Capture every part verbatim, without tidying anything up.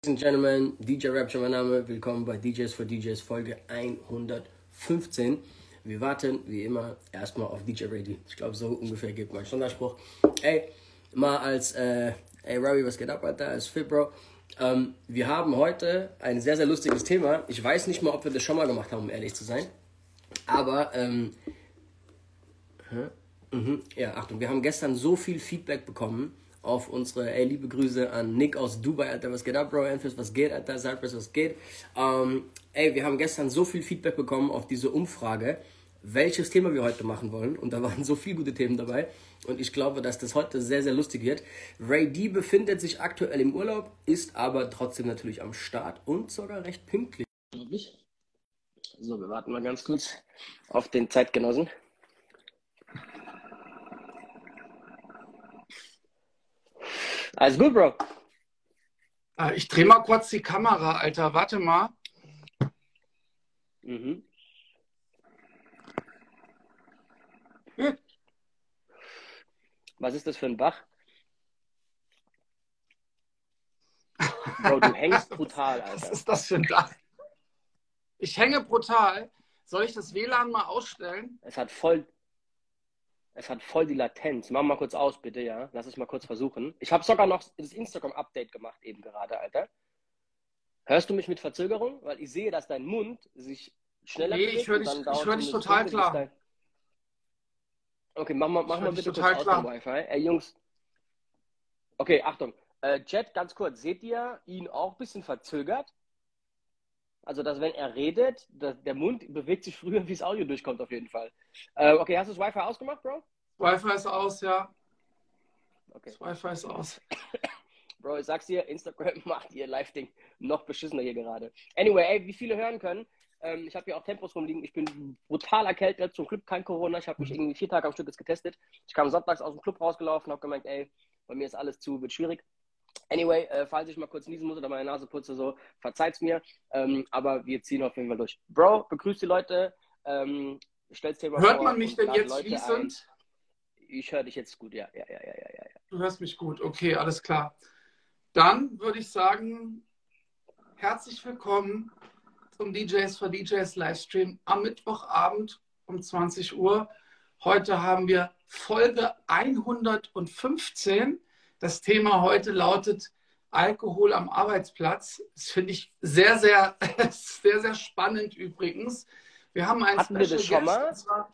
and Gentlemen, D J Rapture mein Name, willkommen bei D Js for D Js Folge hundertfünfzehn. Wir warten wie immer erstmal auf D J Ready. Ich glaube, so ungefähr gibt mein Standardspruch. Ey, mal als, äh, ey Ravi, was geht ab, Alter, als Fit, Bro. Ähm, wir haben heute ein sehr, sehr lustiges Thema. Ich weiß nicht mal, ob wir das schon mal gemacht haben, um ehrlich zu sein. Aber, ähm, hä? Mhm. Ja, Achtung, wir haben gestern so viel Feedback bekommen auf unsere, ey, liebe Grüße an Nick aus Dubai, Alter, was geht ab, Bro, Enfis, was geht, Alter, Cypress, was geht. Ähm, ey, wir haben gestern so viel Feedback bekommen auf diese Umfrage, welches Thema wir heute machen wollen, und da waren so viele gute Themen dabei, und ich glaube, dass das heute sehr, sehr lustig wird. Ray D befindet sich aktuell im Urlaub, ist aber trotzdem natürlich am Start und sogar recht pünktlich. So, wir warten mal ganz kurz auf den Zeitgenossen. Alles gut, Bro. Ich drehe mal kurz die Kamera, Alter. Warte mal. Mhm. Hm. Was ist das für ein Bach? Bro, du hängst brutal, Alter. Was ist das für ein Dach? Ich hänge brutal. Soll ich das W L A N mal ausstellen? Es hat voll, es hat voll die Latenz. Mach mal kurz aus, bitte, ja. Lass es mal kurz versuchen. Ich habe sogar noch das Instagram-Update gemacht eben gerade, Alter. Hörst du mich mit Verzögerung? Weil ich sehe, dass dein Mund sich schneller Nee, bewegt. ich höre und dich, dann ich dauert hör es dich eine total Sekunde, bis klar. dein... Okay, mach mal, mach Ich mal höre dich bitte total kurz aus klar. dem Wi-Fi. Ey, Jungs. Okay, Achtung. Äh, Chat, ganz kurz. Seht ihr ihn auch ein bisschen verzögert? Also, dass wenn er redet, dass der Mund bewegt sich früher, wie das Audio durchkommt, auf jeden Fall. Äh, okay, hast du das Wi-Fi ausgemacht, Bro? Wi-Fi ist aus, ja. Okay. Das Wi-Fi ist aus. Bro, ich sag's dir, Instagram macht ihr Live-Ding noch beschissener hier gerade. Anyway, ey, wie viele hören können, ähm, ich habe hier auch Tempos rumliegen. Ich bin brutal erkältet, zum Glück kein Corona. Ich habe mich irgendwie vier Tage am Stück jetzt getestet. Ich kam sonntags aus dem Club rausgelaufen, habe gemerkt, ey, bei mir ist alles zu, wird schwierig. Anyway, äh, falls ich mal kurz niesen muss oder meine Nase putze, so, verzeiht's mir. Ähm, aber wir ziehen auf jeden Fall durch. Bro, begrüß die Leute. Ähm, stell's dir mal Hört vor. man mich und denn lade jetzt Leute ein. fließend? Ich höre dich jetzt gut, ja, ja, ja, ja, ja, ja. Du hörst mich gut. Okay, alles klar. Dann würde ich sagen, herzlich willkommen zum D Js for D Js Livestream am Mittwochabend um zwanzig Uhr. Heute haben wir Folge hundertfünfzehn. Das Thema heute lautet Alkohol am Arbeitsplatz. Das finde ich sehr, sehr, sehr, sehr spannend übrigens. Wir haben einen Hatten wir Special das schon Guest. mal? Und zwar,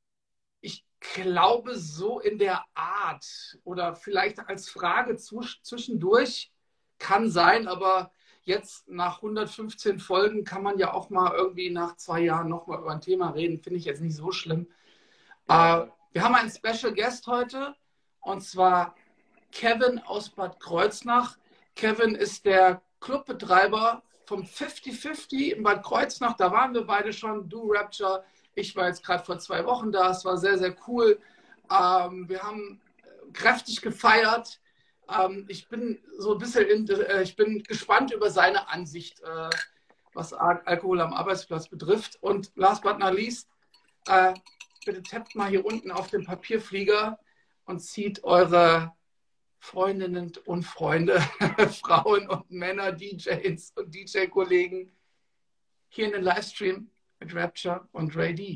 ich glaube, so in der Art oder vielleicht als Frage zwischendurch kann sein, aber jetzt nach hundertfünfzehn Folgen kann man ja auch mal irgendwie nach zwei Jahren nochmal über ein Thema reden. Finde ich jetzt nicht so schlimm. Ja. Äh, wir haben einen Special Guest heute und zwar Kevin aus Bad Kreuznach. Kevin ist der Clubbetreiber vom fünfzig fünfzig in Bad Kreuznach. Da waren wir beide schon, du Rapture. Ich war jetzt gerade vor zwei Wochen da. Es war sehr, sehr cool. Ähm, wir haben kräftig gefeiert. Ähm, ich bin so ein bisschen, in, äh, ich bin gespannt über seine Ansicht, äh, was Al Alkohol am Arbeitsplatz betrifft. Und last but not least, äh, bitte tappt mal hier unten auf den Papierflieger und zieht eure Freundinnen und Freunde, Frauen und Männer, D Js und D J-Kollegen hier in den Livestream mit Rapture und Ray D.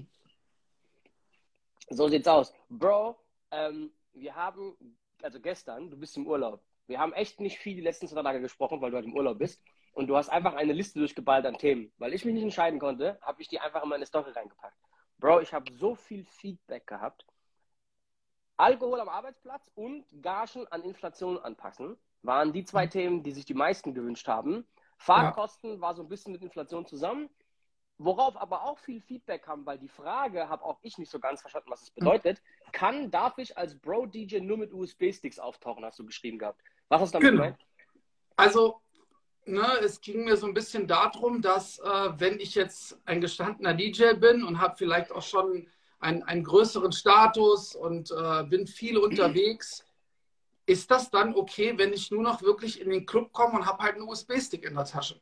So sieht's aus. Bro, ähm, wir haben, also gestern, du bist im Urlaub. Wir haben echt nicht viel die letzten zwei Tage gesprochen, weil du halt im Urlaub bist. Und du hast einfach eine Liste durchgeballt an Themen. Weil ich mich nicht entscheiden konnte, habe ich die einfach in meine Story reingepackt. Bro, ich habe so viel Feedback gehabt. Alkohol am Arbeitsplatz und Gagen an Inflation anpassen waren die zwei Themen, die sich die meisten gewünscht haben. Fahrtkosten ja. war so ein bisschen mit Inflation zusammen. Worauf aber auch viel Feedback kam, weil die Frage, habe auch ich nicht so ganz verstanden, was es bedeutet, kann, darf ich als Bro-D J nur mit U S B-Sticks auftauchen, hast du geschrieben gehabt. Was hast du damit genau. gemeint? Also, ne, es ging mir so ein bisschen darum, dass äh, wenn ich jetzt ein gestandener D J bin und habe vielleicht auch schon einen, einen größeren Status und äh, bin viel unterwegs, ist das dann okay, wenn ich nur noch wirklich in den Club komme und habe halt einen U S B-Stick in der Tasche?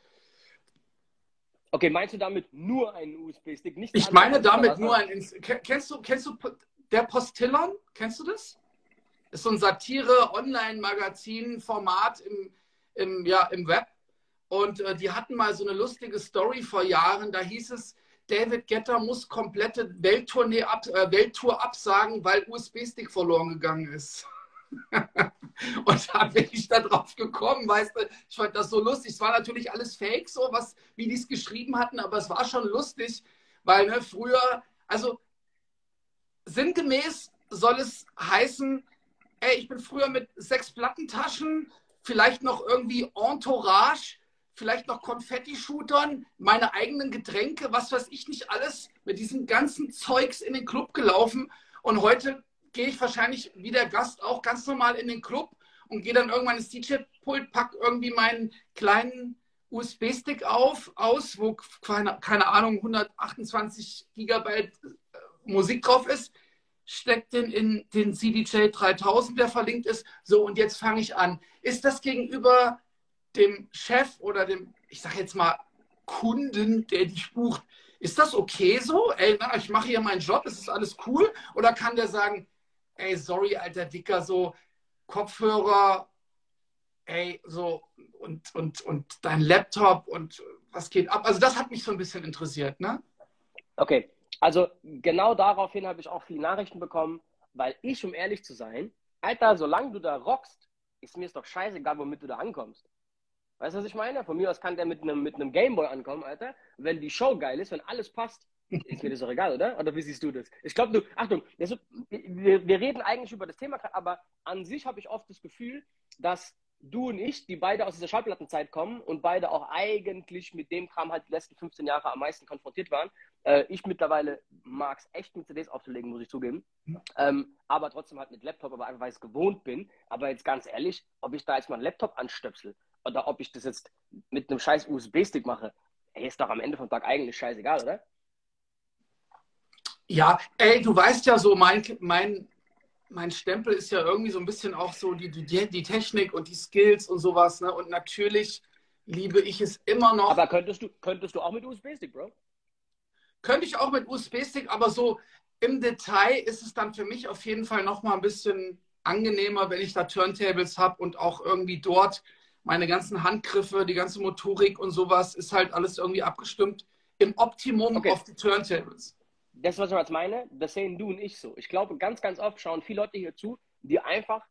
Okay, meinst du damit nur einen U S B-Stick? Nicht ich meine damit nur ein... Kennst du, kennst du der Postillon? Kennst du das? Das ist so ein Satire-Online-Magazin-Format im, im, ja, im Web. Und äh, die hatten mal so eine lustige Story vor Jahren. Da hieß es, David Guetta muss komplette Welttournee ab, äh, Welttour absagen, weil U S B-Stick verloren gegangen ist. Und da bin ich da drauf gekommen, weißt du, ich fand das so lustig. Es war natürlich alles Fake, so was, wie die es geschrieben hatten, aber es war schon lustig, weil ne, früher, also sinngemäß soll es heißen, ey, ich bin früher mit sechs Plattentaschen, vielleicht noch irgendwie Entourage, vielleicht noch Konfetti-Shootern, meine eigenen Getränke, was weiß ich nicht alles, mit diesem ganzen Zeugs in den Club gelaufen. Und heute gehe ich wahrscheinlich wie der Gast auch ganz normal in den Club und gehe dann irgendwann ins D J-Pult, pack irgendwie meinen kleinen U S B-Stick auf, aus, wo keine, keine Ahnung, hundertachtundzwanzig Gigabyte Musik drauf ist, steckt den in den C D J dreitausend, der verlinkt ist. So, und jetzt fange ich an. Ist das gegenüber dem Chef oder dem, ich sage jetzt mal, Kunden, der dich bucht, ist das okay so? Ey, na, ich mache hier meinen Job, ist das alles cool? Oder kann der sagen, ey, sorry, alter Dicker, so Kopfhörer, ey, so und, und, und dein Laptop und was geht ab? Also das hat mich so ein bisschen interessiert, ne? Okay, also genau daraufhin habe ich auch viele Nachrichten bekommen, weil ich, um ehrlich zu sein, Alter, solange du da rockst, ist mir es doch scheißegal, womit du da ankommst. Weißt du, was ich meine? Von mir aus kann der mit einem, mit einem Gameboy ankommen, Alter. Wenn die Show geil ist, wenn alles passt, ist mir das doch egal, oder? Oder wie siehst du das? Ich glaube, du, Achtung, das, wir, wir reden eigentlich über das Thema, aber an sich habe ich oft das Gefühl, dass du und ich, die beide aus dieser Schallplattenzeit kommen und beide auch eigentlich mit dem Kram halt die letzten fünfzehn Jahre am meisten konfrontiert waren. Äh, ich mittlerweile mag es echt mit C Ds aufzulegen, muss ich zugeben. Ähm, aber trotzdem halt mit Laptop, aber einfach weil ich es gewohnt bin. Aber jetzt ganz ehrlich, ob ich da jetzt mal einen Laptop anstöpsel oder ob ich das jetzt mit einem scheiß U S B-Stick mache, ey, ist doch am Ende vom Tag eigentlich scheißegal, oder? Ja, ey, du weißt ja so, mein, mein, mein Stempel ist ja irgendwie so ein bisschen auch so die, die, die Technik und die Skills und sowas, ne? Und natürlich liebe ich es immer noch. Aber könntest du, könntest du auch mit U S B-Stick, Bro? Könnte ich auch mit U S B-Stick, aber so im Detail ist es dann für mich auf jeden Fall noch mal ein bisschen angenehmer, wenn ich da Turntables habe und auch irgendwie dort meine ganzen Handgriffe, die ganze Motorik und sowas ist halt alles irgendwie abgestimmt im Optimum Okay. auf die Turntables. Das, was ich jetzt meine, das sehen du und ich so. Ich glaube, ganz, ganz oft schauen viele Leute hier zu, die einfach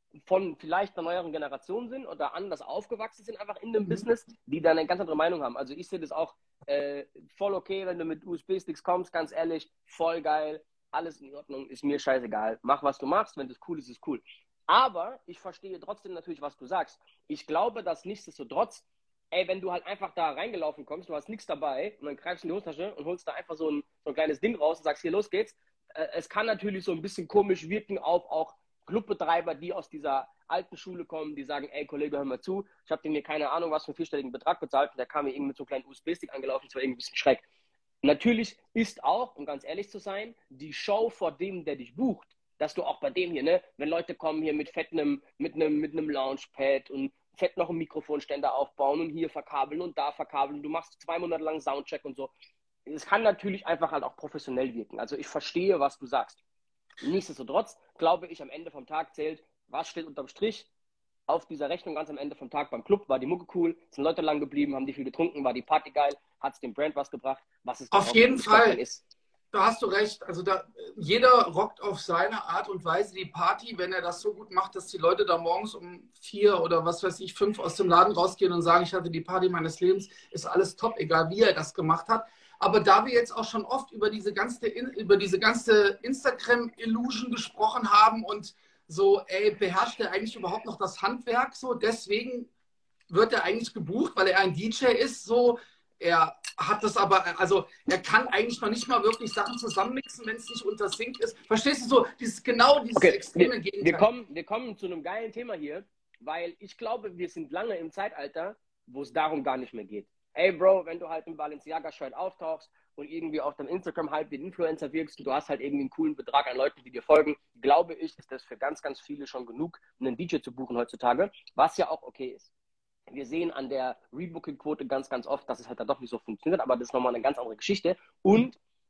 von vielleicht einer neueren Generation sind oder anders aufgewachsen sind, einfach in dem Mhm. Business, die dann eine ganz andere Meinung haben. Also ich sehe das auch äh, voll okay, wenn du mit U S B-Sticks kommst, ganz ehrlich, voll geil, alles in Ordnung, ist mir scheißegal. Mach, was du machst, wenn das cool ist, ist cool. Aber ich verstehe trotzdem natürlich, was du sagst. Ich glaube, dass nichtsdestotrotz, ey, wenn du halt einfach da reingelaufen kommst, du hast nichts dabei und dann greifst du in die Hosentasche und holst da einfach so ein, so ein kleines Ding raus und sagst, hier, los geht's. Äh, es kann natürlich so ein bisschen komisch wirken auf auch Clubbetreiber, die aus dieser alten Schule kommen, die sagen, ey, Kollege, hör mal zu, ich habe dir mir keine Ahnung, was für einen vierstelligen Betrag bezahlt und der kam mir irgendwie mit so einem kleinen U S B-Stick angelaufen, das war irgendwie ein bisschen schreck. Natürlich ist auch, um ganz ehrlich zu sein, die Show vor dem, der dich bucht, dass du auch bei dem hier, ne, wenn Leute kommen hier mit fettem, mit einem mit einem Launchpad und fett noch einen Mikrofonständer aufbauen und hier verkabeln und da verkabeln, du machst zwei Monate lang Soundcheck und so. Es kann natürlich einfach halt auch professionell wirken. Also ich verstehe, was du sagst. Nichtsdestotrotz glaube ich, am Ende vom Tag zählt, was steht unterm Strich auf dieser Rechnung ganz am Ende vom Tag beim Club. War die Mucke cool, sind Leute lang geblieben, haben die viel getrunken, war die Party geil, hat es dem Brand was gebracht, was es Auf jeden Fall. ist. Da hast du recht. Also da, jeder rockt auf seine Art und Weise die Party, wenn er das so gut macht, dass die Leute da morgens um vier oder was weiß ich, fünf aus dem Laden rausgehen und sagen, ich hatte die Party meines Lebens, ist alles top, egal wie er das gemacht hat. Aber da wir jetzt auch schon oft über diese ganze, über diese ganze Instagram-Illusion gesprochen haben und so, ey, beherrscht er eigentlich überhaupt noch das Handwerk? So, deswegen wird er eigentlich gebucht, weil er ein D J ist, so. Er hat das aber, also er kann eigentlich noch nicht mal wirklich Sachen zusammenmixen, wenn es nicht unter Sync ist. Verstehst du so? Dieses, genau dieses Okay, extreme wir, Gegenteil. Wir kommen, wir kommen zu einem geilen Thema hier, weil ich glaube, wir sind lange im Zeitalter, wo es darum gar nicht mehr geht. Ey Bro, wenn du halt im Balenciaga-Shirt auftauchst und irgendwie auf deinem Instagram halt wie ein Influencer wirkst und du hast halt irgendwie einen coolen Betrag an Leuten, die dir folgen, glaube ich, ist das für ganz, ganz viele schon genug, einen D J zu buchen heutzutage, was ja auch okay ist. Wir sehen an der Rebooking-Quote ganz, ganz oft, dass es halt da doch nicht so funktioniert, aber das ist nochmal eine ganz andere Geschichte. Und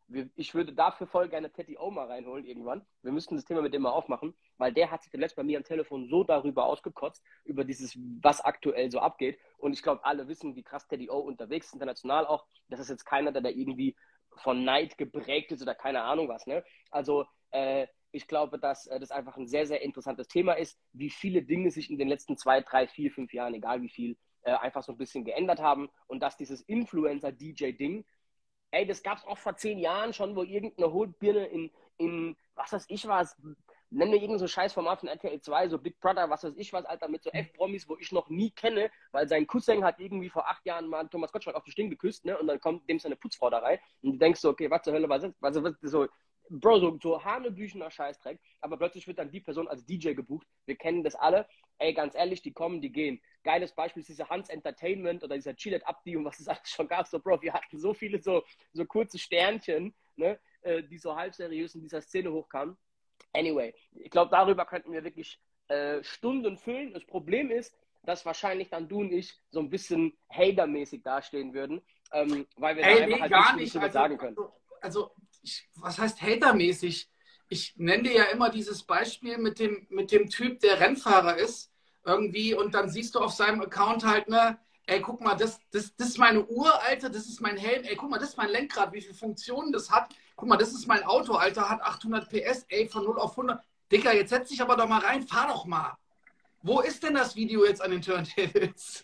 wir, ich würde dafür voll gerne Teddy O mal reinholen irgendwann. Wir müssten das Thema mit dem mal aufmachen, weil der hat sich zuletzt bei mir am Telefon so darüber ausgekotzt, über dieses, was aktuell so abgeht. Und ich glaube, alle wissen, wie krass Teddy O unterwegs ist, international auch. Das ist jetzt keiner, der da irgendwie von Neid geprägt ist oder keine Ahnung was. Ne? Also äh, ich glaube, dass äh, das einfach ein sehr, sehr interessantes Thema ist, wie viele Dinge sich in den letzten zwei, drei, vier, fünf Jahren, egal wie viel, äh, einfach so ein bisschen geändert haben und dass dieses Influencer-D J-Ding, ey, das gab es auch vor zehn Jahren schon, wo irgendeine Hohlbirne in, in, was weiß ich was, nenn mir irgendein so Scheißformat von R T L zwei, so Big Brother, was weiß ich was, Alter, mit so F-Promis, wo ich noch nie kenne, weil sein Cousin hat irgendwie vor acht Jahren mal Thomas Gottschalk auf die Stirn geküsst, ne, und dann kommt dem seine Putzfrau da rein und du denkst so, okay, was zur Hölle, was ist, was ist so, Bro, so, so hanebüchener Scheißdreck, aber plötzlich wird dann die Person als D J gebucht, wir kennen das alle, ey, ganz ehrlich, die kommen, die gehen. Geiles Beispiel ist dieser Hans Entertainment oder dieser Chillet Abdi und was es alles schon gab, so, Bro, wir hatten so viele so, so kurze Sternchen, ne, äh, die so halb seriös in dieser Szene hochkamen. Anyway, ich glaube, darüber könnten wir wirklich äh, Stunden füllen. Das Problem ist, dass wahrscheinlich dann du und ich so ein bisschen hatermäßig dastehen würden, ähm, weil wir Ey, da einfach nee, halt gar nicht nicht. so Also, sagen können. also, also ich, was heißt hatermäßig? Ich nenne dir ja immer dieses Beispiel mit dem, mit dem Typ, der Rennfahrer ist, irgendwie, und dann siehst du auf seinem Account halt, ne, ey, guck mal, das, das, das ist meine Uhr, Alter, das ist mein Helm, ey, guck mal, das ist mein Lenkrad, wie viele Funktionen das hat. Guck mal, das ist mein Auto, Alter, hat achthundert P S, ey, von null auf hundert. Dicker, jetzt setz dich aber doch mal rein, fahr doch mal. Wo ist denn das Video jetzt an den Turntables?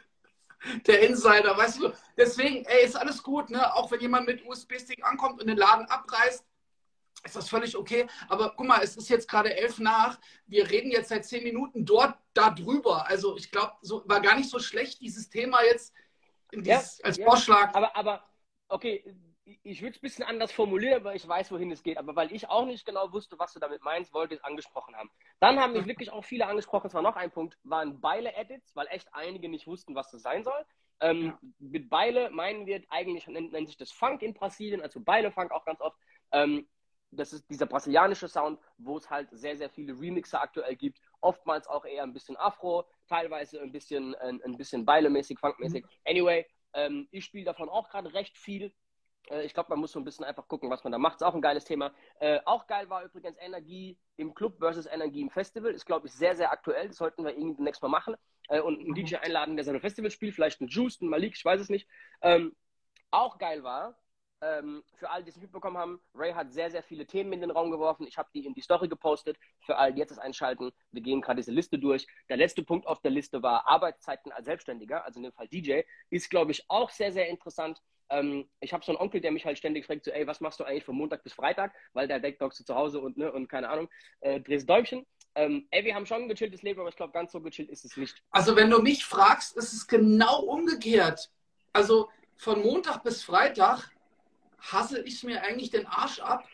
Der Insider, weißt du, deswegen, ey, ist alles gut, ne? Auch wenn jemand mit U S B-Stick ankommt und den Laden abreißt, ist das völlig okay. Aber guck mal, es ist jetzt gerade elf nach. Wir reden jetzt seit zehn Minuten dort darüber. Also ich glaube, so, war gar nicht so schlecht, dieses Thema jetzt in dieses, ja, als ja. Vorschlag. Aber, aber okay, ich würde es ein bisschen anders formulieren, aber ich weiß, wohin es geht. Aber weil ich auch nicht genau wusste, was du damit meinst, wollte ich es angesprochen haben. Dann haben mich wirklich auch viele angesprochen. Es war noch ein Punkt, waren Beile-Edits, weil echt einige nicht wussten, was das sein soll. Ähm, ja. Mit Beile meinen wir eigentlich, nennt, nennt sich das Funk in Brasilien, also Beile-Funk auch ganz oft. Ähm, das ist dieser brasilianische Sound, wo es halt sehr, sehr viele Remixer aktuell gibt. Oftmals auch eher ein bisschen Afro, teilweise ein bisschen, ein, ein bisschen Beile-mäßig, Funk-mäßig. Anyway, ähm, ich spiele davon auch gerade recht viel. Äh, ich glaube, man muss so ein bisschen einfach gucken, was man da macht. Ist auch ein geiles Thema. Äh, auch geil war übrigens Energie im Club versus Energie im Festival. Ist, glaube ich, sehr, sehr aktuell. Das sollten wir irgendwie demnächst mal machen. Äh, und einen D J einladen, der seine Festival spielt. Vielleicht einen Juice, einen Malik, ich weiß es nicht. Ähm, auch geil war, Ähm, für alle, die es mitbekommen haben, Ray hat sehr, sehr viele Themen in den Raum geworfen. Ich habe die in die Story gepostet. Für alle, die jetzt das einschalten, wir gehen gerade diese Liste durch. Der letzte Punkt auf der Liste war Arbeitszeiten als Selbstständiger, also in dem Fall D J. Ist, glaube ich, auch sehr, sehr interessant. Ähm, ich habe so einen Onkel, der mich halt ständig fragt, so, ey, was machst du eigentlich von Montag bis Freitag? Weil der denkt, du zu Hause und, ne, und keine Ahnung, äh, drehst Däumchen. Ähm, ey, wir haben schon ein gechilltes Leben, aber ich glaube, ganz so gechillt ist es nicht. Also wenn du mich fragst, ist es genau umgekehrt. Also von Montag bis Freitag hassel ich mir eigentlich den Arsch ab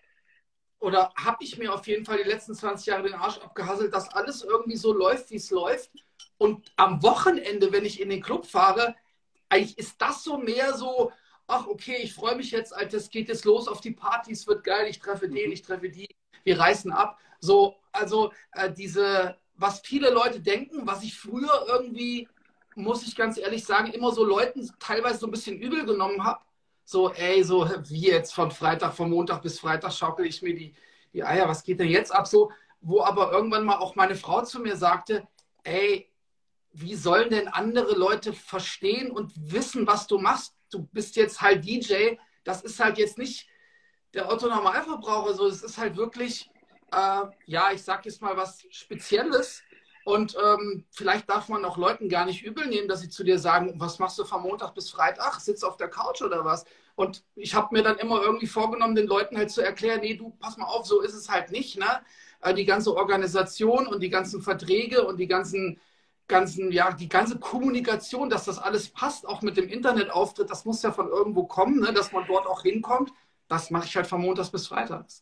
oder habe ich mir auf jeden Fall die letzten zwanzig Jahre den Arsch abgehasselt, dass alles irgendwie so läuft, wie es läuft. Und am Wochenende, wenn ich in den Club fahre, eigentlich ist das so mehr so, ach okay, ich freue mich jetzt, Alter, es geht jetzt los auf die Party, es wird geil, ich treffe den, ich treffe die, wir reißen ab. So, also äh, diese, was viele Leute denken, was ich früher irgendwie, muss ich ganz ehrlich sagen, immer so Leuten teilweise so ein bisschen übel genommen habe. So, ey, so wie jetzt von Freitag, von Montag bis Freitag schaukel ich mir die, die Eier, was geht denn jetzt ab? So, wo aber irgendwann mal auch meine Frau zu mir sagte, ey, wie sollen denn andere Leute verstehen und wissen, was du machst? Du bist jetzt halt D J, das ist halt jetzt nicht der Otto-Normalverbraucher, so, es ist halt wirklich, äh, ja, ich sag jetzt mal was Spezielles. Und ähm, vielleicht darf man auch Leuten gar nicht übel nehmen, dass sie zu dir sagen, was machst du von Montag bis Freitag? Sitzt auf der Couch oder was? Und ich habe mir dann immer irgendwie vorgenommen, den Leuten halt zu erklären, nee, du, pass mal auf, so ist es halt nicht. Ne? Äh, die ganze Organisation und die ganzen Verträge und die ganzen, ganzen, ja, die ganze Kommunikation, dass das alles passt, auch mit dem Internetauftritt, das muss ja von irgendwo kommen, ne? Dass man dort auch hinkommt. Das mache ich halt von Montags bis Freitags.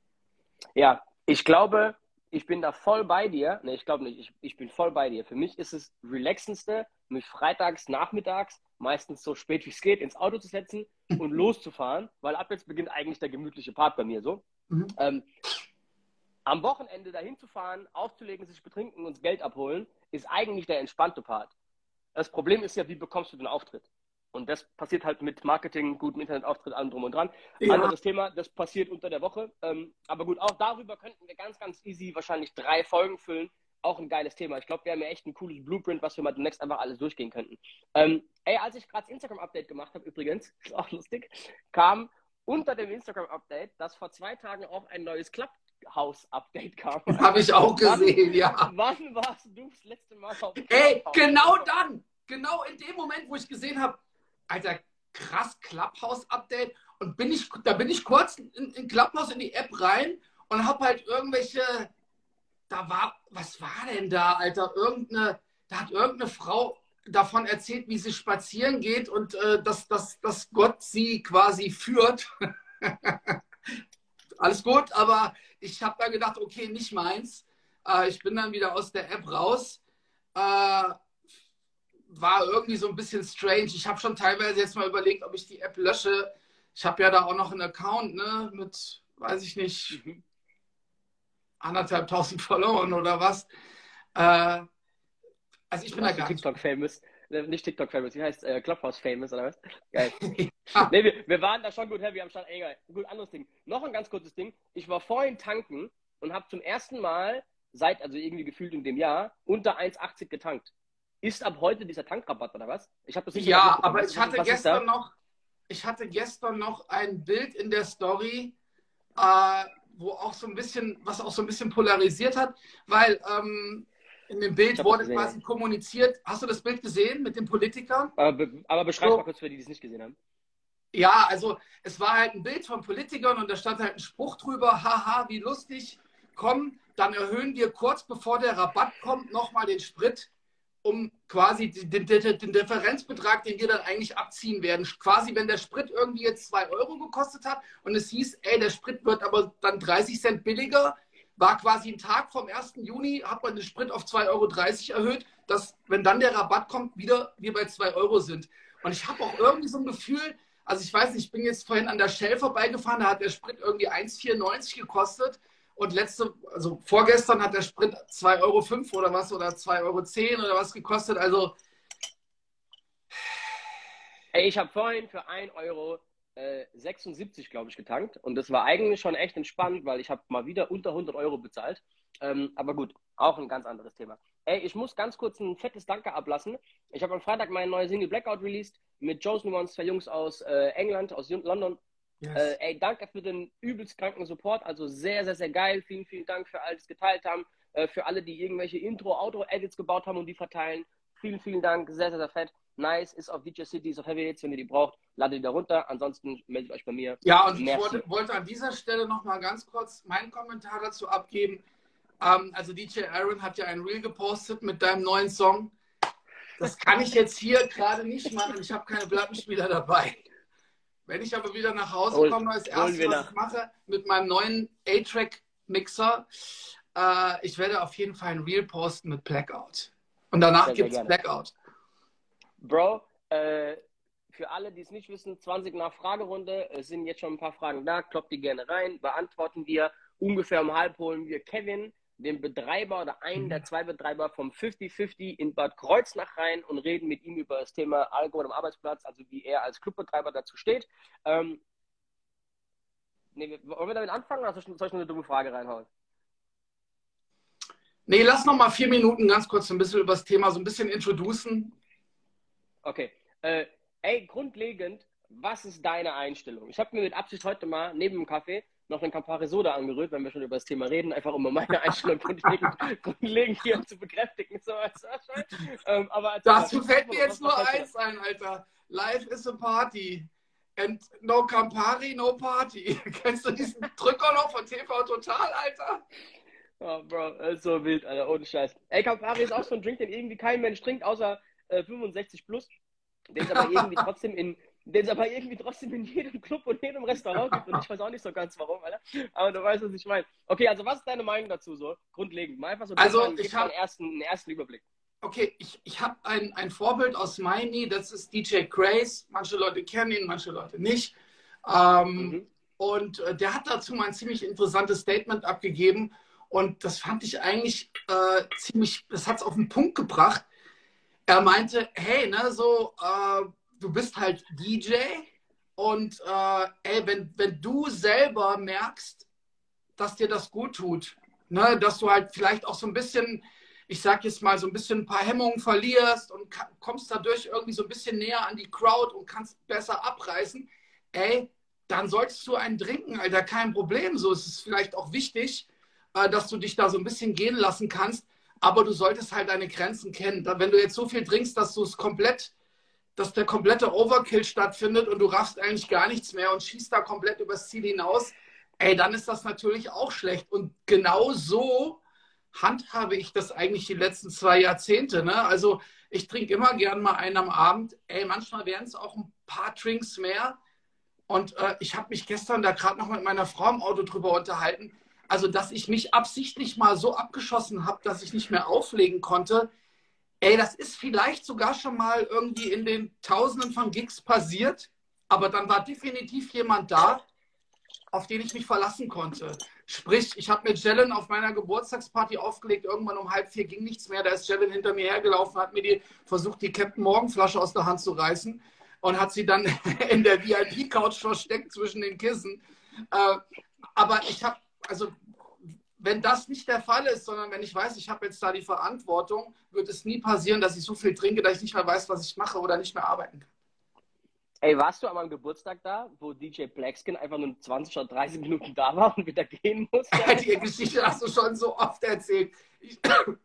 Ja, ich glaube, ich bin da voll bei dir. Ne, ich glaube nicht. Ich, ich bin voll bei dir. Für mich ist es relaxendste, mich freitags, nachmittags, meistens so spät wie es geht, ins Auto zu setzen und loszufahren, weil ab jetzt beginnt eigentlich der gemütliche Part bei mir so. Mhm. Ähm, am Wochenende dahin zu fahren, aufzulegen, sich betrinken und Geld abholen, ist eigentlich der entspannte Part. Das Problem ist ja, wie bekommst du den Auftritt? Und das passiert halt mit Marketing, gutem Internetauftritt, allem drum und dran. Ja. Anderes Thema, das passiert unter der Woche. Ähm, aber gut, auch darüber könnten wir ganz, ganz easy wahrscheinlich drei Folgen füllen. Auch ein geiles Thema. Ich glaube, wir haben ja echt ein cooles Blueprint, was wir mal demnächst einfach alles durchgehen könnten. Ähm, ey, als ich gerade das Instagram-Update gemacht habe, übrigens, ist auch lustig, kam unter dem Instagram-Update, dass vor zwei Tagen auch ein neues Clubhouse-Update kam. Habe ich auch gesehen, wann, ja. Wann warst du das letzte Mal auf Clubhouse? Ey, genau dann, genau in dem Moment, wo ich gesehen habe, Alter, krass, Clubhouse-Update. Und bin ich, da bin ich kurz in, in Clubhouse in die App rein und habe halt irgendwelche, da war, was war denn da, Alter? Irgendeine, da hat irgendeine Frau davon erzählt, wie sie spazieren geht und äh, dass, dass, dass Gott sie quasi führt. Alles gut, aber ich habe da gedacht, okay, nicht meins. Äh, ich bin dann wieder aus der App raus. Äh, war irgendwie so ein bisschen strange. Ich habe schon teilweise jetzt mal überlegt, ob ich die App lösche. Ich habe ja da auch noch einen Account, ne, mit, weiß ich nicht, Mhm. anderthalb tausend Followern oder was. Äh, also ich bin da Warst du gar nicht. TikTok-famous? Äh, Nicht TikTok-famous, wie heißt äh, Clubhouse-famous oder was? Geil. Ja. Nee, wir, wir waren da schon gut heavy am Start. Ey, geil. Gut, anderes Ding. Noch ein ganz kurzes Ding. Ich war vorhin tanken und habe zum ersten Mal seit, also irgendwie gefühlt in dem Jahr, unter eins achtzig getankt. Ist ab heute dieser Tankrabatt oder was? Ich habe das nicht so Ja, mitbekommen. aber Was- ich hatte was ist da? gestern noch, ich hatte gestern noch ein Bild in der Story, äh, wo auch so ein bisschen, was auch so ein bisschen polarisiert hat, weil ähm, in dem Ich Bild hab das wurde gesehen, quasi kommuniziert. Hast du das Bild gesehen mit den Politikern? Aber, be aber beschreib So. mal kurz für die, die es nicht gesehen haben. Ja, also es war halt ein Bild von Politikern und da stand halt ein Spruch drüber, haha, wie lustig, komm, dann erhöhen wir kurz bevor der Rabatt kommt nochmal den Sprit, um quasi den, den, den Differenzbetrag, den wir dann eigentlich abziehen werden. Quasi, wenn der Sprit irgendwie jetzt zwei Euro gekostet hat und es hieß, ey, der Sprit wird aber dann dreißig Cent billiger, war quasi ein Tag vom ersten Juni, hat man den Sprit auf zwei Euro dreißig erhöht, dass, wenn dann der Rabatt kommt, wieder wir bei zwei Euro sind. Und ich habe auch irgendwie so ein Gefühl, also ich weiß nicht, ich bin jetzt vorhin an der Shell vorbeigefahren, da hat der Sprit irgendwie eins vierundneunzig gekostet und letzte, also vorgestern hat der Sprit zwei Euro fünf oder was oder zwei Euro zehn oder was gekostet, also Ey, ich habe vorhin für ein Euro äh, sechsundsiebzig, glaube ich, getankt. Und das war eigentlich schon echt entspannt, weil ich habe mal wieder unter hundert Euro bezahlt. Ähm, aber gut, auch ein ganz anderes Thema. Ey, ich muss ganz kurz ein fettes Danke ablassen. Ich habe am Freitag meine neue Single Blackout released mit Josen Ones, zwei Jungs aus äh, England, aus London. yes. Äh, ey, danke für den übelst kranken Support. Also sehr, sehr, sehr geil. Vielen, vielen Dank für alles geteilt haben. Äh, für alle, die irgendwelche Intro-Outro-Edits gebaut haben und die verteilen. Vielen, vielen Dank. Sehr, sehr, sehr fett. Nice. Ist auf D J City, ist auf Heavy Hits. Wenn ihr die braucht, ladet die da runter. Ansonsten meldet euch bei mir. Ja, und ich Merci. wollte, wollte an dieser Stelle noch mal ganz kurz meinen Kommentar dazu abgeben. Ähm, also D J Aaron hat ja ein Reel gepostet mit deinem neuen Song. Das kann ich jetzt hier gerade nicht machen. Ich habe keine Plattenspieler dabei. Wenn ich aber wieder nach Hause Hol- komme, das holen erste, wir was nach. ich mache, mit meinem neuen A-Track-Mixer, äh, ich werde auf jeden Fall ein Reel posten mit Blackout. Und danach Sehr, sehr gibt es gerne. Blackout. Bro, äh, für alle, die es nicht wissen, zwanzig nach Fragerunde. Es sind jetzt schon ein paar Fragen da. Kloppt die gerne rein. Beantworten wir. Ungefähr um halb holen wir Kevin, den Betreiber oder einen der zwei Betreiber vom fünfzig fünfzig in Bad Kreuznach rein und reden mit ihm über das Thema Alkohol am Arbeitsplatz, also wie er als Clubbetreiber dazu steht. Ähm, nee, wollen wir damit anfangen oder soll ich soll ich noch eine dumme Frage reinhauen? Nee, lass noch mal vier Minuten ganz kurz ein bisschen über das Thema, so ein bisschen introducen. Okay. Äh, ey, grundlegend, was ist deine Einstellung? Ich habe mir mit Absicht heute mal neben dem Kaffee noch einen Campari Soda angerührt, wenn wir schon über das Thema reden, einfach um meine Einstellung grundlegend, grundlegend hier zu bekräftigen. So, also, ähm, aber erzähl mal, Dazu was- fällt mir was- jetzt was nur hältst du eins ein, Alter. Life is a party. And no Campari, no party. Kennst du diesen Drücker noch von T V Total, Alter? da? Oh, Bro, das ist so wild, Alter, ohne Scheiß. Ey, Campari ist auch so ein Drink, den irgendwie kein Mensch trinkt, außer äh, fünfundsechzig plus. Den es aber irgendwie trotzdem in, den es aber irgendwie trotzdem in jedem Club und jedem Restaurant gibt. Und ich weiß auch nicht so ganz warum, Alter. Aber du weißt, was ich meine. Okay, also was ist deine Meinung dazu so? Grundlegend. Mal einfach so Also, gib mal- ich gib mal hab- einen ersten, einen ersten Überblick. Okay, ich, ich habe ein, ein Vorbild aus Miami, das ist D J Craze. Manche Leute kennen ihn, manche Leute nicht. Ähm, Mhm. Und äh, der hat dazu mal ein ziemlich interessantes Statement abgegeben. Und das fand ich eigentlich äh, ziemlich, das hat es auf den Punkt gebracht. Er meinte, hey, ne, so, äh, du bist halt D J und äh, ey, wenn, wenn du selber merkst, dass dir das gut tut, ne, dass du halt vielleicht auch so ein bisschen, ich sag jetzt mal, so ein bisschen ein paar Hemmungen verlierst und kommst dadurch irgendwie so ein bisschen näher an die Crowd und kannst besser abreißen, ey, dann solltest du einen trinken, Alter, kein Problem. So ist es vielleicht auch wichtig, äh, dass du dich da so ein bisschen gehen lassen kannst, aber du solltest halt deine Grenzen kennen. Wenn du jetzt so viel trinkst, dass du es komplett, dass der komplette Overkill stattfindet und du raffst eigentlich gar nichts mehr und schießt da komplett übers Ziel hinaus, ey, dann ist das natürlich auch schlecht. Und genau so handhabe ich das eigentlich die letzten zwei Jahrzehnte. Ne? Also ich trinke immer gern mal einen am Abend. Ey, manchmal wären es auch ein paar Drinks mehr. Und äh, ich habe mich gestern da gerade noch mit meiner Frau im Auto drüber unterhalten. Also, dass ich mich absichtlich mal so abgeschossen habe, dass ich nicht mehr auflegen konnte. Ey, das ist vielleicht sogar schon mal irgendwie in den Tausenden von Gigs passiert. Aber dann war definitiv jemand da, auf den ich mich verlassen konnte. Sprich, ich habe mit Jellen auf meiner Geburtstagsparty aufgelegt. Irgendwann um halb vier ging nichts mehr. Da ist Jellen hinter mir hergelaufen, hat mir die, versucht, die Captain Morgan Flasche aus der Hand zu reißen und hat sie dann in der V I P-Couch versteckt zwischen den Kissen. Äh, aber ich habe, also wenn das nicht der Fall ist, sondern wenn ich weiß, ich habe jetzt da die Verantwortung, wird es nie passieren, dass ich so viel trinke, dass ich nicht mehr weiß, was ich mache oder nicht mehr arbeiten kann. Ey, warst du an meinem Geburtstag da, wo D J Blackskin einfach nur zwanzig oder dreißig Minuten da war und wieder gehen musste? Die Geschichte hast du schon so oft erzählt. Ich,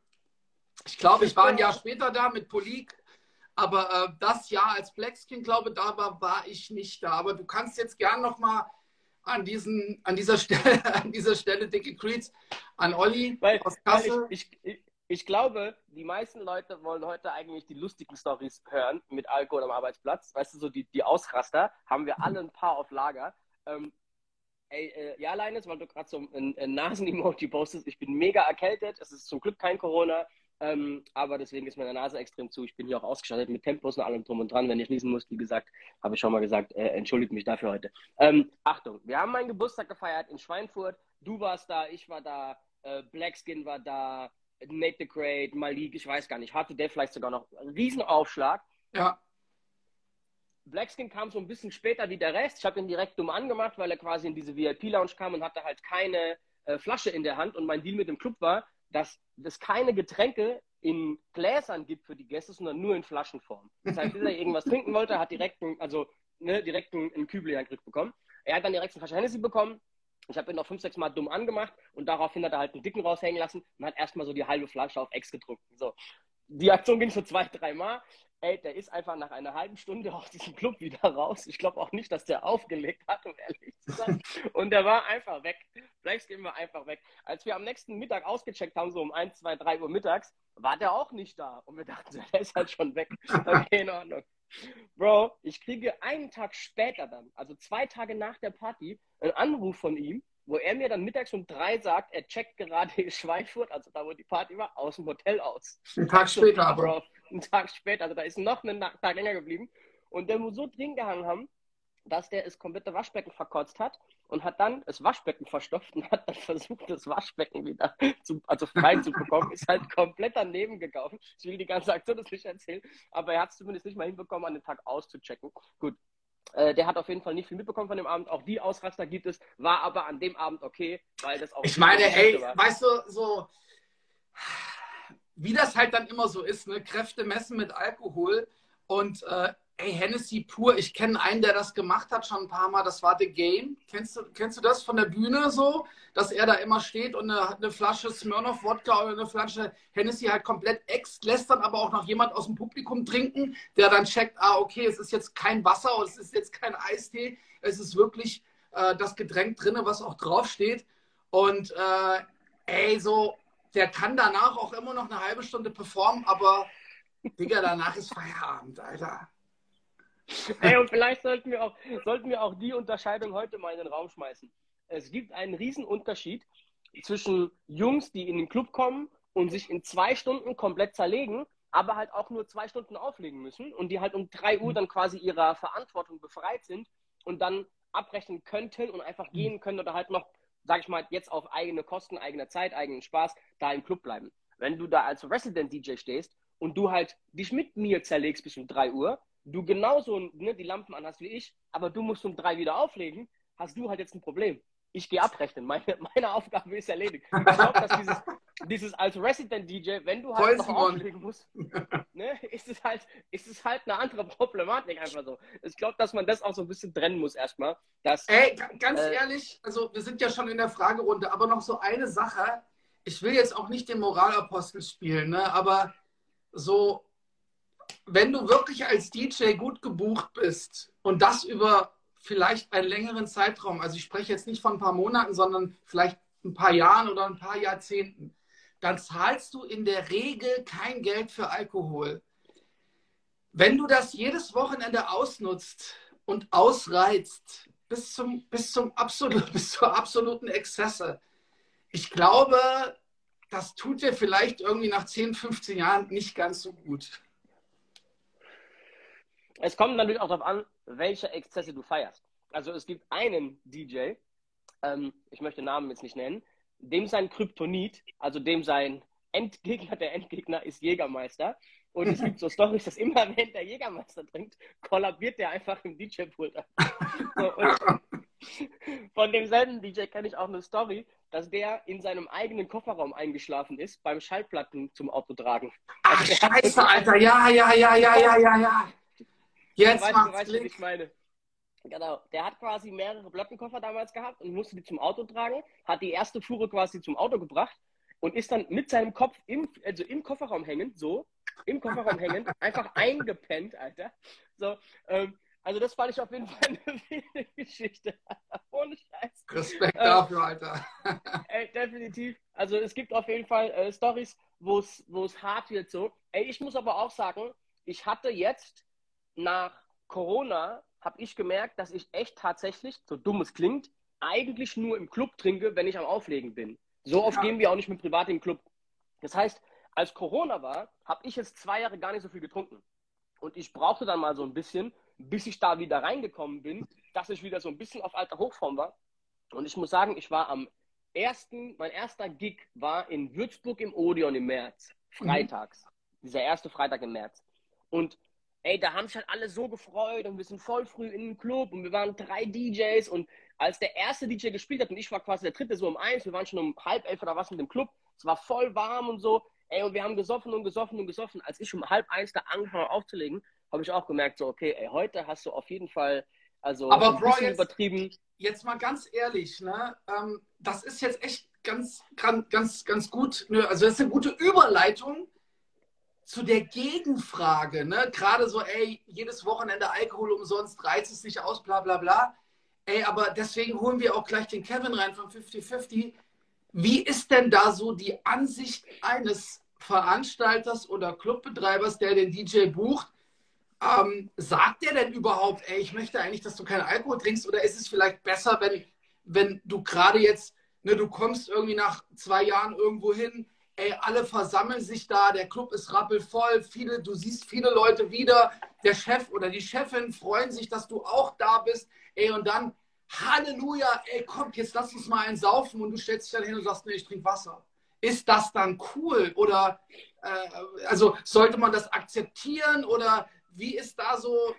ich glaube, ich war ein Jahr später da mit Polik, aber äh, das Jahr als Blackskin, glaube da war, war ich nicht da. Aber du kannst jetzt gern noch mal an, diesen, an, dieser Stelle, an dieser Stelle dicke Creeds an Olli weil, aus Kassel. Weil ich, ich, ich, ich glaube, die meisten Leute wollen heute eigentlich die lustigen Storys hören mit Alkohol am Arbeitsplatz. Weißt du, so die, die Ausraster haben wir alle ein paar auf Lager. Ähm, ey, äh, ja, Leines, weil du gerade so ein, ein Nasen-Emoji postest. Ich bin mega erkältet. Es ist zum Glück kein Corona. Ähm, aber deswegen ist meine Nase extrem zu. Ich bin hier auch ausgestattet mit Tempos und allem drum und dran. Wenn ich niesen muss, wie gesagt, habe ich schon mal gesagt, äh, entschuldigt mich dafür heute. Ähm, Achtung, wir haben meinen Geburtstag gefeiert in Schweinfurt. Du warst da, ich war da, äh, Blackskin war da, Nate the Great, Malik, ich weiß gar nicht, hatte der vielleicht sogar noch einen Riesenaufschlag. Ja. Blackskin kam so ein bisschen später wie der Rest. Ich habe ihn direkt dumm angemacht, weil er quasi in diese V I P-Lounge kam und hatte halt keine äh, Flasche in der Hand. Und mein Deal mit dem Club war, dass es keine Getränke in Gläsern gibt für die Gäste, sondern nur in Flaschenform. Das heißt, wenn er irgendwas trinken wollte, hat direkt, ein, also, ne, direkt einen, einen Kübel in den Griff bekommen. Er hat dann direkt eine Flasche Hennessy bekommen. Ich habe ihn noch fünf, sechs Mal dumm angemacht und daraufhin hat er halt einen Dicken raushängen lassen und hat erstmal so die halbe Flasche auf Ex getrunken. So. Die Aktion ging so zwei, drei Mal. Ey, der ist einfach nach einer halben Stunde aus diesem Club wieder raus. Ich glaube auch nicht, dass der aufgelegt hat, um ehrlich zu sein. Und der war einfach weg. Blackskin war einfach weg. Als wir am nächsten Mittag ausgecheckt haben, so um eins, zwei, drei Uhr mittags, war der auch nicht da. Und wir dachten, der ist halt schon weg. Okay, in Ordnung. Bro, ich kriege einen Tag später dann, also zwei Tage nach der Party, einen Anruf von ihm, wo er mir dann mittags um drei sagt, er checkt gerade in Schweinfurt, also da, wo die Party war, aus dem Hotel aus. Einen Tag später aber. Bro, einen Tag später, also da ist noch einen Tag länger geblieben. Und der muss so drin gehangen haben, dass der das komplette Waschbecken verkotzt hat und hat dann das Waschbecken verstopft und hat dann versucht, das Waschbecken wieder zu, also frei zu bekommen. Ist halt komplett daneben gegangen. Ich will die ganze Aktion das nicht erzählen, aber er hat es zumindest nicht mal hinbekommen, an den Tag auszuchecken. Gut. Äh, der hat auf jeden Fall nicht viel mitbekommen von dem Abend. Auch die Ausraster gibt es, war aber an dem Abend okay, weil das auch... Ich meine, ey, war. Weißt du, so wie das halt dann immer so ist, ne? Kräfte messen mit Alkohol und äh, ey, Hennessy pur. Ich kenne einen, der das gemacht hat schon ein paar Mal. Das war The Game. Kennst du, kennst du das von der Bühne so? Dass er da immer steht und eine, eine Flasche Smirnoff Wodka oder eine Flasche Hennessy halt komplett ext, lässt dann aber auch noch jemand aus dem Publikum trinken, der dann checkt, ah, okay, es ist jetzt kein Wasser und es ist jetzt kein Eistee. Es ist wirklich äh, das Getränk drin, was auch draufsteht. Und äh, ey, so, der kann danach auch immer noch eine halbe Stunde performen, aber Digga, danach ist Feierabend, Alter. Ey, und vielleicht sollten wir, auch, sollten wir auch die Unterscheidung heute mal in den Raum schmeißen. Es gibt einen riesen Unterschied zwischen Jungs, die in den Club kommen und sich in zwei Stunden komplett zerlegen, aber halt auch nur zwei Stunden auflegen müssen und die halt um drei Uhr dann quasi ihrer Verantwortung befreit sind und dann abbrechen könnten und einfach gehen können oder halt noch, sag ich mal, jetzt auf eigene Kosten, eigene Zeit, eigenen Spaß da im Club bleiben. Wenn du da als Resident-D J stehst und du halt dich mit mir zerlegst bis um drei Uhr, du genauso ne, die Lampen an hast wie ich, aber du musst um drei wieder auflegen, hast du halt jetzt ein Problem. Ich gehe abrechnen. Meine, meine Aufgabe ist erledigt. Ich glaube, dass dieses, dieses als Resident-D J, wenn du halt noch auflegen musst, ne, ist es halt, ist es halt eine andere Problematik einfach so. Ich glaube, dass man das auch so ein bisschen trennen muss erstmal. Dass, Ey, ganz äh, ehrlich, also wir sind ja schon in der Fragerunde, aber noch so eine Sache. Ich will jetzt auch nicht den Moralapostel spielen, ne, aber so, wenn du wirklich als D J gut gebucht bist und das über vielleicht einen längeren Zeitraum, also ich spreche jetzt nicht von ein paar Monaten, sondern vielleicht ein paar Jahren oder ein paar Jahrzehnten, dann zahlst du in der Regel kein Geld für Alkohol. Wenn du das jedes Wochenende ausnutzt und ausreizt bis zum, bis zum absolut, bis zur absoluten Exzesse, ich glaube, das tut dir vielleicht irgendwie nach zehn, fünfzehn Jahren nicht ganz so gut. Es kommt natürlich auch darauf an, welche Exzesse du feierst. Also es gibt einen D J, ähm, ich möchte den Namen jetzt nicht nennen, dem sein Kryptonit, also dem sein Endgegner, der Endgegner ist Jägermeister. Und es gibt so Storys, dass immer, wenn der Jägermeister trinkt, kollabiert der einfach im D J-Pult. So, und von demselben D J kenne ich auch eine Story, dass der in seinem eigenen Kofferraum eingeschlafen ist, beim Schallplatten zum Auto tragen. Ach, Also scheiße, Alter, ja, ja, ja, ja, ja, ja, ja. Jetzt weißt, macht's weißt du, Klick. was ich meine? Genau, der hat quasi mehrere Plattenkoffer damals gehabt und musste die zum Auto tragen, hat die erste Fuhre quasi zum Auto gebracht und ist dann mit seinem Kopf im, also im Kofferraum hängend, so, im Kofferraum hängend, einfach eingepennt, Alter. So, ähm, also das fand ich auf jeden Fall eine wilde Geschichte. Ohne Scheiß. Respekt äh, dafür, Alter. Ey, definitiv. Also es gibt auf jeden Fall äh, Storys, wo es hart wird so. Ey, ich muss aber auch sagen, ich hatte jetzt nach Corona, habe ich gemerkt, dass ich echt tatsächlich, so dumm es klingt, eigentlich nur im Club trinke, wenn ich am Auflegen bin. So oft Ja. gehen wir auch nicht mit privat im Club. Das heißt, als Corona war, habe ich jetzt zwei Jahre gar nicht so viel getrunken. Und ich brauchte dann mal so ein bisschen, bis ich da wieder reingekommen bin, dass ich wieder so ein bisschen auf alter Hochform war. Und ich muss sagen, ich war am ersten, mein erster Gig war in Würzburg im Odeon im März, freitags. Mhm. Dieser erste Freitag im März. Und ey, da haben sich halt alle so gefreut und wir sind voll früh in den Club und wir waren drei D Js und als der erste D J gespielt hat und ich war quasi der dritte so um eins, wir waren schon um halb elf oder was mit dem Club, es war voll warm und so, ey, und wir haben gesoffen und gesoffen und gesoffen. Als ich um halb eins da angefangen habe aufzulegen, habe ich auch gemerkt, so, okay, ey, heute hast du auf jeden Fall, also aber ein Bro, bisschen jetzt, übertrieben. Jetzt mal ganz ehrlich, ne, ähm, das ist jetzt echt ganz, ganz, ganz gut, ne? Also das ist eine gute Überleitung zu der Gegenfrage, ne? Gerade so, ey, jedes Wochenende Alkohol umsonst, reizt es nicht aus, bla bla bla. Ey, aber deswegen holen wir auch gleich den Kevin rein von fünfzig fünfzig. Wie ist denn da so die Ansicht eines Veranstalters oder Clubbetreibers, der den D J bucht? Ähm, sagt der denn überhaupt, ey, ich möchte eigentlich, dass du keinen Alkohol trinkst, oder ist es vielleicht besser, wenn, wenn du gerade jetzt, ne, du kommst irgendwie nach zwei Jahren irgendwo hin, ey, alle versammeln sich da, der Club ist rappelvoll, viele, du siehst viele Leute wieder, der Chef oder die Chefin freuen sich, dass du auch da bist, ey, und dann, Halleluja, ey, kommt, jetzt lass uns mal einen saufen und du stellst dich dann hin und sagst, nee, ich trinke Wasser. Ist das dann cool? Oder, äh, also, sollte man das akzeptieren oder wie ist da so...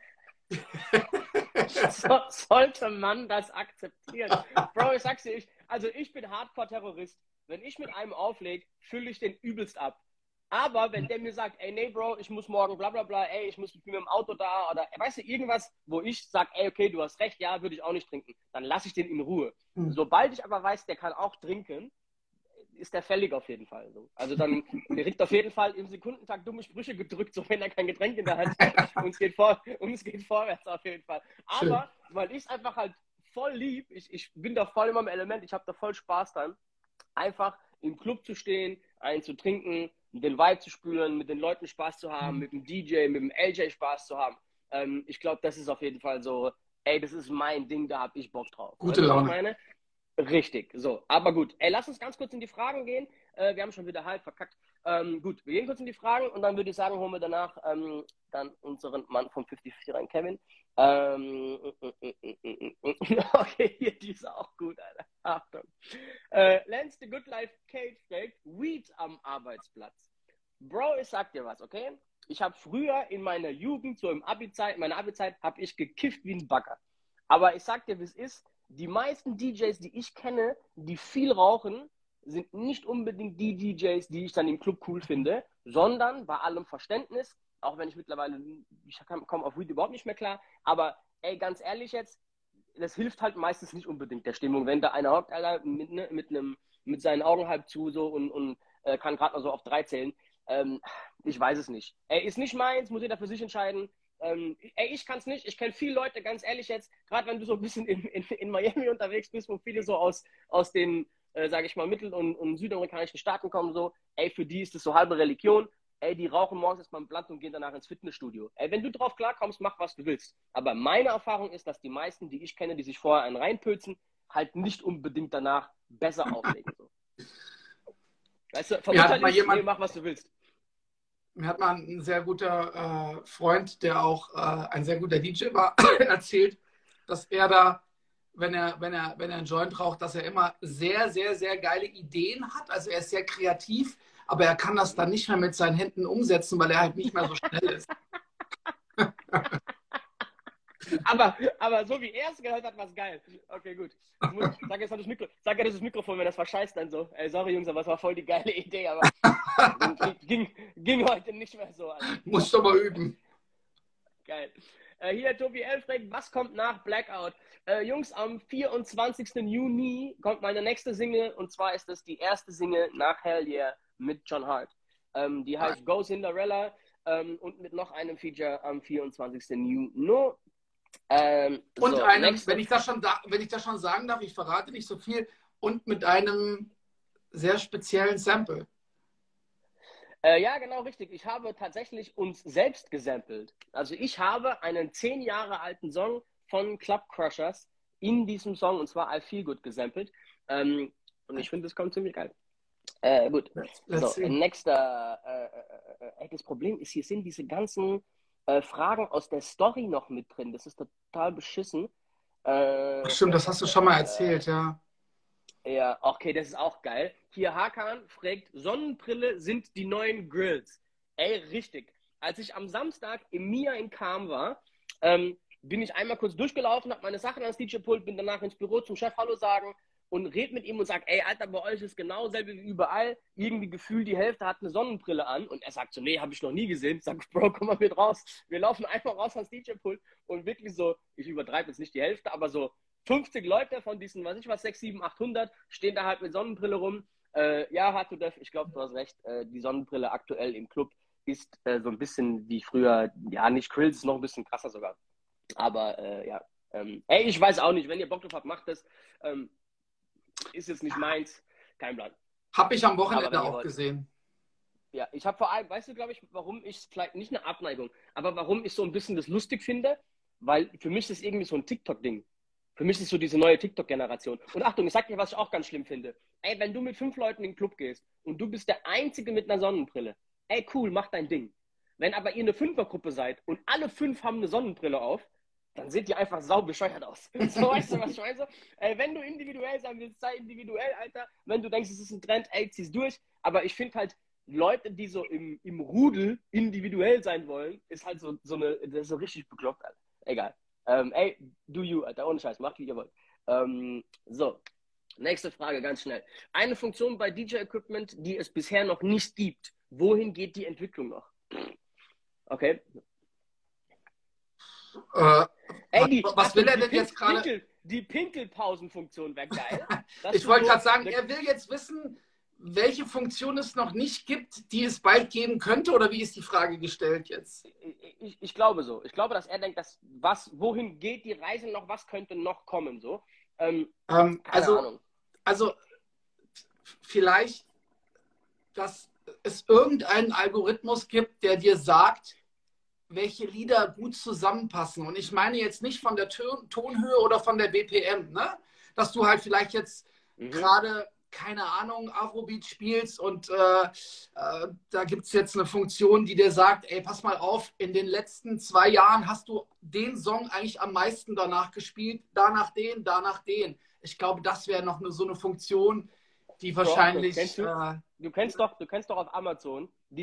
so, sollte man das akzeptieren? Bro, ich sag's dir, ich, also ich bin Hardcore-Terrorist. Wenn ich mit einem auflege, fülle ich den übelst ab. Aber wenn der mir sagt, ey, nee, Bro, ich muss morgen bla bla bla, ey, ich muss mit dem Auto da oder, weißt du, irgendwas, wo ich sage, ey, okay, du hast recht, ja, würde ich auch nicht trinken, dann lasse ich den in Ruhe. Hm. Sobald ich aber weiß, der kann auch trinken, ist der fällig auf jeden Fall. So. Also dann kriegt auf jeden Fall im Sekundentakt dumme Sprüche gedrückt, so wenn er kein Getränk in der Hand hat. Und es geht, vor, und es geht vorwärts auf jeden Fall. Aber schön, weil ich es einfach halt voll lieb, ich, ich bin da voll immer im Element, ich habe da voll Spaß dran, einfach im Club zu stehen, einen zu trinken, den Vibe zu spüren, mit den Leuten Spaß zu haben, mit dem D J, mit dem L J Spaß zu haben. Ähm, ich glaube, das ist auf jeden Fall so, ey, das ist mein Ding, da habe ich Bock drauf. Gute Laune. Ich meine? Richtig, so, aber gut. Ey, lass uns ganz kurz in die Fragen gehen. Äh, wir haben schon wieder halb verkackt. Ähm, gut, wir gehen kurz in die Fragen und dann würde ich sagen, holen wir danach ähm, dann unseren Mann vom fünfzig fünfzig rein, Kevin. Ähm, okay, hier, die ist auch gut, Alter. Achtung. Äh, Lance, the Good Life Kate fragt, Weed am Arbeitsplatz. Bro, ich sag dir was, okay? ich habe früher in meiner Jugend, so im Abi-Zeit, in meiner Abi-Zeit, habe ich gekifft wie ein Bagger. Aber ich sag dir, wie es ist, die meisten D Js, die ich kenne, die viel rauchen, sind nicht unbedingt die D Js, die ich dann im Club cool finde, sondern bei allem Verständnis, auch wenn ich mittlerweile, ich komme auf Weed überhaupt nicht mehr klar, aber ey, ganz ehrlich jetzt, das hilft halt meistens nicht unbedingt der Stimmung, wenn da einer hockt, Alter, mit, ne, mit, einem, mit seinen Augen halb zu so und, und äh, kann gerade mal so auf drei zählen. Ähm, ich weiß es nicht. Ey, ist nicht meins, muss jeder für sich entscheiden. Ähm, ey, ich kann es nicht. Ich kenne viele Leute, ganz ehrlich jetzt, gerade wenn du so ein bisschen in, in, in Miami unterwegs bist, wo viele so aus, aus den, äh, sage ich mal, mittel- und, und südamerikanischen Staaten kommen, so, ey, für die ist das so halbe Religion. Ey, die rauchen morgens erstmal ein Blatt und gehen danach ins Fitnessstudio. Ey, wenn du drauf klarkommst, mach, was du willst. Aber meine Erfahrung ist, dass die meisten, die ich kenne, die sich vorher einen reinpülzen, halt nicht unbedingt danach besser auflegen. So. Weißt du, Mir hat mal ist, jemand, nee, mach, was du willst. Mir hat mal ein sehr guter äh, Freund, der auch äh, ein sehr guter D J war, erzählt, dass er da, wenn er, wenn, er, wenn er einen Joint raucht, dass er immer sehr, sehr, sehr geile Ideen hat. Also er ist sehr kreativ, aber er kann das dann nicht mehr mit seinen Händen umsetzen, weil er halt nicht mehr so schnell ist. aber, aber so wie er es gehört hat, war es geil. Okay, gut. Muss, sag jetzt das Mikro, sag ja das Mikrofon, wenn das verscheißt dann so. Ey, sorry Jungs, aber es war voll die geile Idee, aber ging, ging heute nicht mehr so. Also. Muss doch mal üben. Geil. Äh, hier Tobi Elfrecht, was kommt nach Blackout? Äh, Jungs, am vierundzwanzigsten Juni kommt meine nächste Single und zwar ist das die erste Single nach Hell Yeah mit John Hart. Ähm, die heißt Go Cinderella ähm, und mit noch einem Feature am vierundzwanzigsten Juni. Ähm, und so, einem, wenn ich, das schon da, wenn ich das schon sagen darf, ich verrate nicht so viel, und mit einem sehr speziellen Sample. Äh, ja, genau, richtig. Ich habe tatsächlich uns selbst gesampelt. Also ich habe einen zehn Jahre alten Song von Club Crushers in diesem Song, und zwar I Feel Good, gesampelt. Ähm, und ich finde, das kommt ziemlich geil. Äh, gut. Let's, let's so, nächster. Äh, äh, äh, das Problem ist, hier sind diese ganzen äh, Fragen aus der Story noch mit drin. Das ist total beschissen. Äh, Ach stimmt, das hast du schon mal erzählt, ja. Ja, okay, das ist auch geil. Hier Hakan fragt, Sonnenbrille sind die neuen Grills. Ey, richtig. Als ich am Samstag im Mia in Kam war, ähm, bin ich einmal kurz durchgelaufen, habe meine Sachen ans D J-Pult, bin danach ins Büro zum Chef Hallo sagen und red mit ihm und sag, ey, Alter, bei euch ist genau dasselbe wie überall. Irgendwie gefühlt die Hälfte hat eine Sonnenbrille an. Und er sagt so, nee, habe ich noch nie gesehen. Ich sag, Bro, komm mal mit raus. Wir laufen einfach raus ans D J-Pult und wirklich so, ich übertreibe jetzt nicht die Hälfte, aber so fünfzig Leute von diesen, was ich was, sechshundert, siebenhundert, achthundert stehen da halt mit Sonnenbrille rum. Äh, ja, Hardtodef, ich glaube, du hast recht. Äh, die Sonnenbrille aktuell im Club ist äh, so ein bisschen wie früher, ja, nicht Grills, ist noch ein bisschen krasser sogar. Aber äh, ja, ähm, ey, ich weiß auch nicht, wenn ihr Bock drauf habt, macht das. Ähm, ist jetzt nicht meins, kein Plan. Hab ich am Wochenende auch wollt. gesehen. Ja, ich habe vor allem, weißt du, glaube ich, warum ich, vielleicht nicht eine Abneigung, aber warum ich so ein bisschen das lustig finde, weil für mich ist das irgendwie so ein TikTok-Ding. Für mich ist so diese neue TikTok-Generation. Und Achtung, ich sag dir, was ich auch ganz schlimm finde. Ey, wenn du mit fünf Leuten in den Club gehst und du bist der Einzige mit einer Sonnenbrille, ey, cool, mach dein Ding. Wenn aber ihr eine Fünfergruppe seid und alle fünf haben eine Sonnenbrille auf, dann seht ihr einfach sau bescheuert aus. So, weißt du, was ich meine? Ey, wenn du individuell sein willst, sei individuell, Alter. Wenn du denkst, es ist ein Trend, ey, zieh's durch. Aber ich finde halt, Leute, die so im, im Rudel individuell sein wollen, ist halt so, so eine, das ist so richtig bekloppt, Alter. Egal. Ähm, ey, do you, Alter, ohne Scheiß, macht wie ihr wollt. Ähm, so, nächste Frage, ganz schnell. Eine Funktion bei D J-Equipment, die es bisher noch nicht gibt. Wohin geht die Entwicklung noch? Okay. Äh, ey, die, was, was will er denn Pink, jetzt gerade? Pinkel, die Pinkelpausenfunktion wäre geil. Ich wollte gerade sagen, er will jetzt wissen, welche Funktion es noch nicht gibt, die es bald geben könnte, oder wie ist die Frage gestellt jetzt? Ich, ich, ich glaube so. Ich glaube, dass er denkt, dass was, wohin geht die Reise noch, was könnte noch kommen, so. Ähm, ähm, keine also, Ahnung. Also vielleicht, dass es irgendeinen Algorithmus gibt, der dir sagt, welche Lieder gut zusammenpassen. Und ich meine jetzt nicht von der Ton Tonhöhe oder von der B P M, ne? Dass du halt vielleicht jetzt mhm. gerade, keine Ahnung, Afrobeat spielst und äh, äh, da gibt es jetzt eine Funktion, die dir sagt, ey, pass mal auf, in den letzten zwei Jahren hast du den Song eigentlich am meisten danach gespielt, danach den, danach den. Ich glaube, das wäre noch eine, so eine Funktion, die wahrscheinlich... Bro, kennst du, äh, du, kennst doch, du kennst doch auf Amazon dieses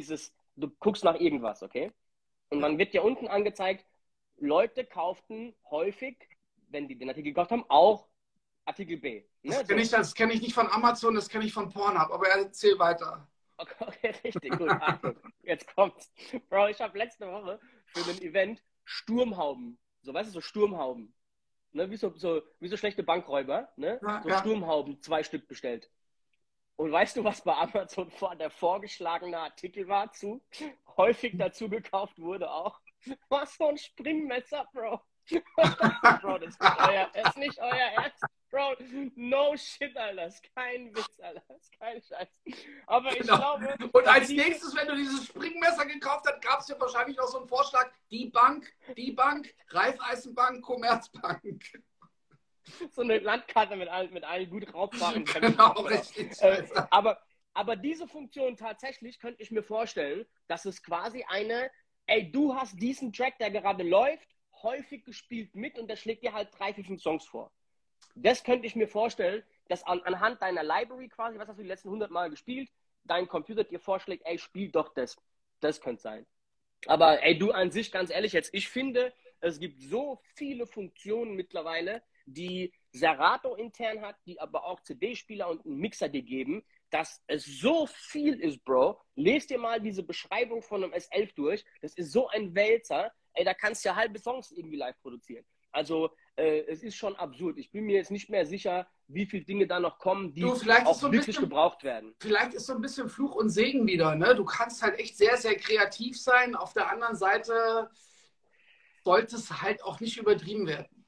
du guckst nach irgendwas, okay? Und dann wird dir unten angezeigt, Leute kauften häufig, wenn die den Artikel gekauft haben, auch Artikel B. Ne? Das kenne ich, das kenn ich nicht von Amazon, das kenne ich von Pornhub, aber erzähl weiter. Okay, okay, richtig gut. Achtung, jetzt kommt's. Bro, ich habe letzte Woche für ein Event Sturmhauben, so weißt du, so Sturmhauben, ne? wie, so, so, wie so schlechte Bankräuber, ne? Ja, so ja. Sturmhauben, zwei Stück bestellt. Und weißt du, was bei Amazon vor, der vorgeschlagene Artikel war zu? Häufig dazu gekauft wurde auch. Was so ein Springmesser, Bro. Bro, das ist nicht euer, das ist nicht euer Ernst. Bro, no shit, Alter. Das ist kein Witz, Alter. Das ist kein Scheiß. Aber ich Genau. glaube... Und als nächstes, wenn du dieses Springmesser gekauft hast, gab es ja wahrscheinlich noch so einen Vorschlag, die Bank, die Bank, Raiffeisenbank, Commerzbank. So eine Landkarte mit allen, mit allen gut raubbaren Kämpfen. Genau, richtig. Äh, aber, aber diese Funktion tatsächlich könnte ich mir vorstellen, dass es quasi eine, ey, du hast diesen Track, der gerade läuft, häufig gespielt mit und der schlägt dir halt drei, vier, fünf Songs vor. Das könnte ich mir vorstellen, dass an, anhand deiner Library quasi, was hast du die letzten hundert Mal gespielt, dein Computer dir vorschlägt, ey, spiel doch das. Das könnte sein. Aber ey, du an sich, ganz ehrlich jetzt, ich finde, es gibt so viele Funktionen mittlerweile, die Serato intern hat, die aber auch C D-Spieler und einen Mixer dir geben, dass es so viel ist, Bro. Lest dir mal diese Beschreibung von einem S elf durch. Das ist so ein Wälzer. Ey, da kannst du ja halbe Songs irgendwie live produzieren. Also, äh, es ist schon absurd. Ich bin mir jetzt nicht mehr sicher, wie viele Dinge da noch kommen, die Du, auch so wirklich bisschen, gebraucht werden. Vielleicht ist so ein bisschen Fluch und Segen wieder, ne? Du kannst halt echt sehr, sehr kreativ sein. Auf der anderen Seite sollte es halt auch nicht übertrieben werden.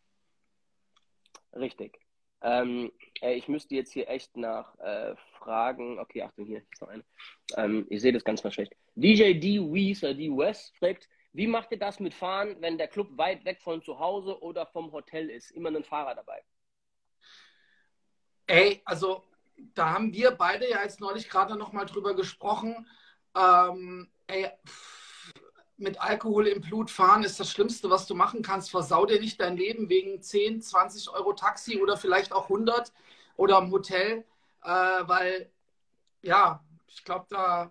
Richtig. Ähm, äh, ich müsste jetzt hier echt nach äh, Fragen. Okay, Achtung, hier ist noch eine. Ähm, ich sehe das ganz mal schlecht. D J D. Weiss oder D. West fragt, wie macht ihr das mit Fahren, wenn der Club weit weg von zu Hause oder vom Hotel ist? Immer ein Fahrer dabei. Ey, also da haben wir beide ja jetzt neulich gerade noch mal drüber gesprochen. Ähm, ey, pff, mit Alkohol im Blut fahren ist das Schlimmste, was du machen kannst. Versau dir nicht dein Leben wegen zehn, zwanzig Euro Taxi oder vielleicht auch hundert oder im Hotel, äh, weil, ja, ich glaube, da,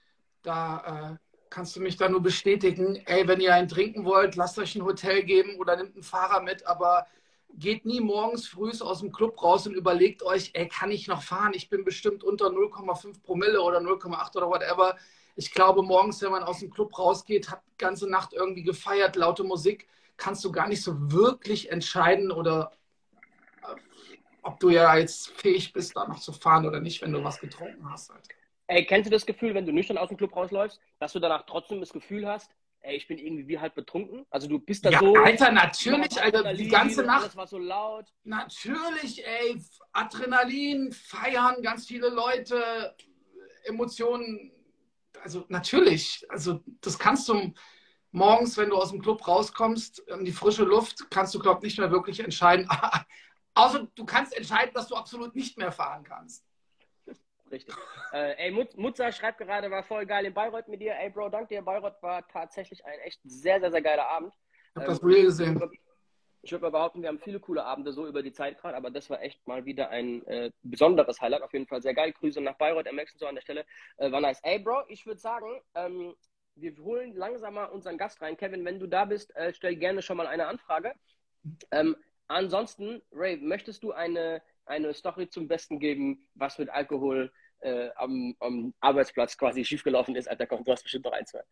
da äh, kannst du mich da nur bestätigen. Ey, wenn ihr einen trinken wollt, lasst euch ein Hotel geben oder nehmt einen Fahrer mit, aber geht nie morgens früh aus dem Club raus und überlegt euch, ey, kann ich noch fahren? Ich bin bestimmt unter null Komma fünf Promille oder null Komma acht oder whatever. Ich glaube, morgens, wenn man aus dem Club rausgeht, hat die ganze Nacht irgendwie gefeiert, laute Musik, kannst du gar nicht so wirklich entscheiden oder äh, ob du ja jetzt fähig bist, da noch zu fahren oder nicht, wenn du was getrunken hast. Halt. Ey, kennst du das Gefühl, wenn du nüchtern aus dem Club rausläufst, dass du danach trotzdem das Gefühl hast, ey, ich bin irgendwie wie halb betrunken? Also du bist da ja, so... Alter, natürlich, Alter, die ganze Nacht... Alles war so laut. Natürlich, ey, Adrenalin, feiern, ganz viele Leute, Emotionen... Also natürlich, also das kannst du morgens, wenn du aus dem Club rauskommst, in die frische Luft, kannst du, glaube ich, nicht mehr wirklich entscheiden. Außer du kannst entscheiden, dass du absolut nicht mehr fahren kannst. Richtig. äh, ey, Mut, Mutza schreibt gerade, war voll geil in Bayreuth mit dir. Ey, Bro, danke dir. Bayreuth war tatsächlich ein echt sehr, sehr, sehr geiler Abend. Ich hab ähm, das Real gesehen. Ich würde würd mal behaupten, wir haben viele coole Abende so über die Zeit gerade, aber das war echt mal wieder ein äh, besonderes Highlight. Auf jeden Fall sehr geil. Grüße nach Bayreuth, am nächsten so an der Stelle. Äh, war nice. Ey, Bro, ich würde sagen, ähm, wir holen langsam mal unseren Gast rein. Kevin, wenn du da bist, äh, stell gerne schon mal eine Anfrage. Ähm, ansonsten, Ray, möchtest du eine, eine Story zum Besten geben, was mit Alkohol äh, am, am Arbeitsplatz quasi schiefgelaufen ist? Alter, komm, du hast bestimmt noch ein, zwei.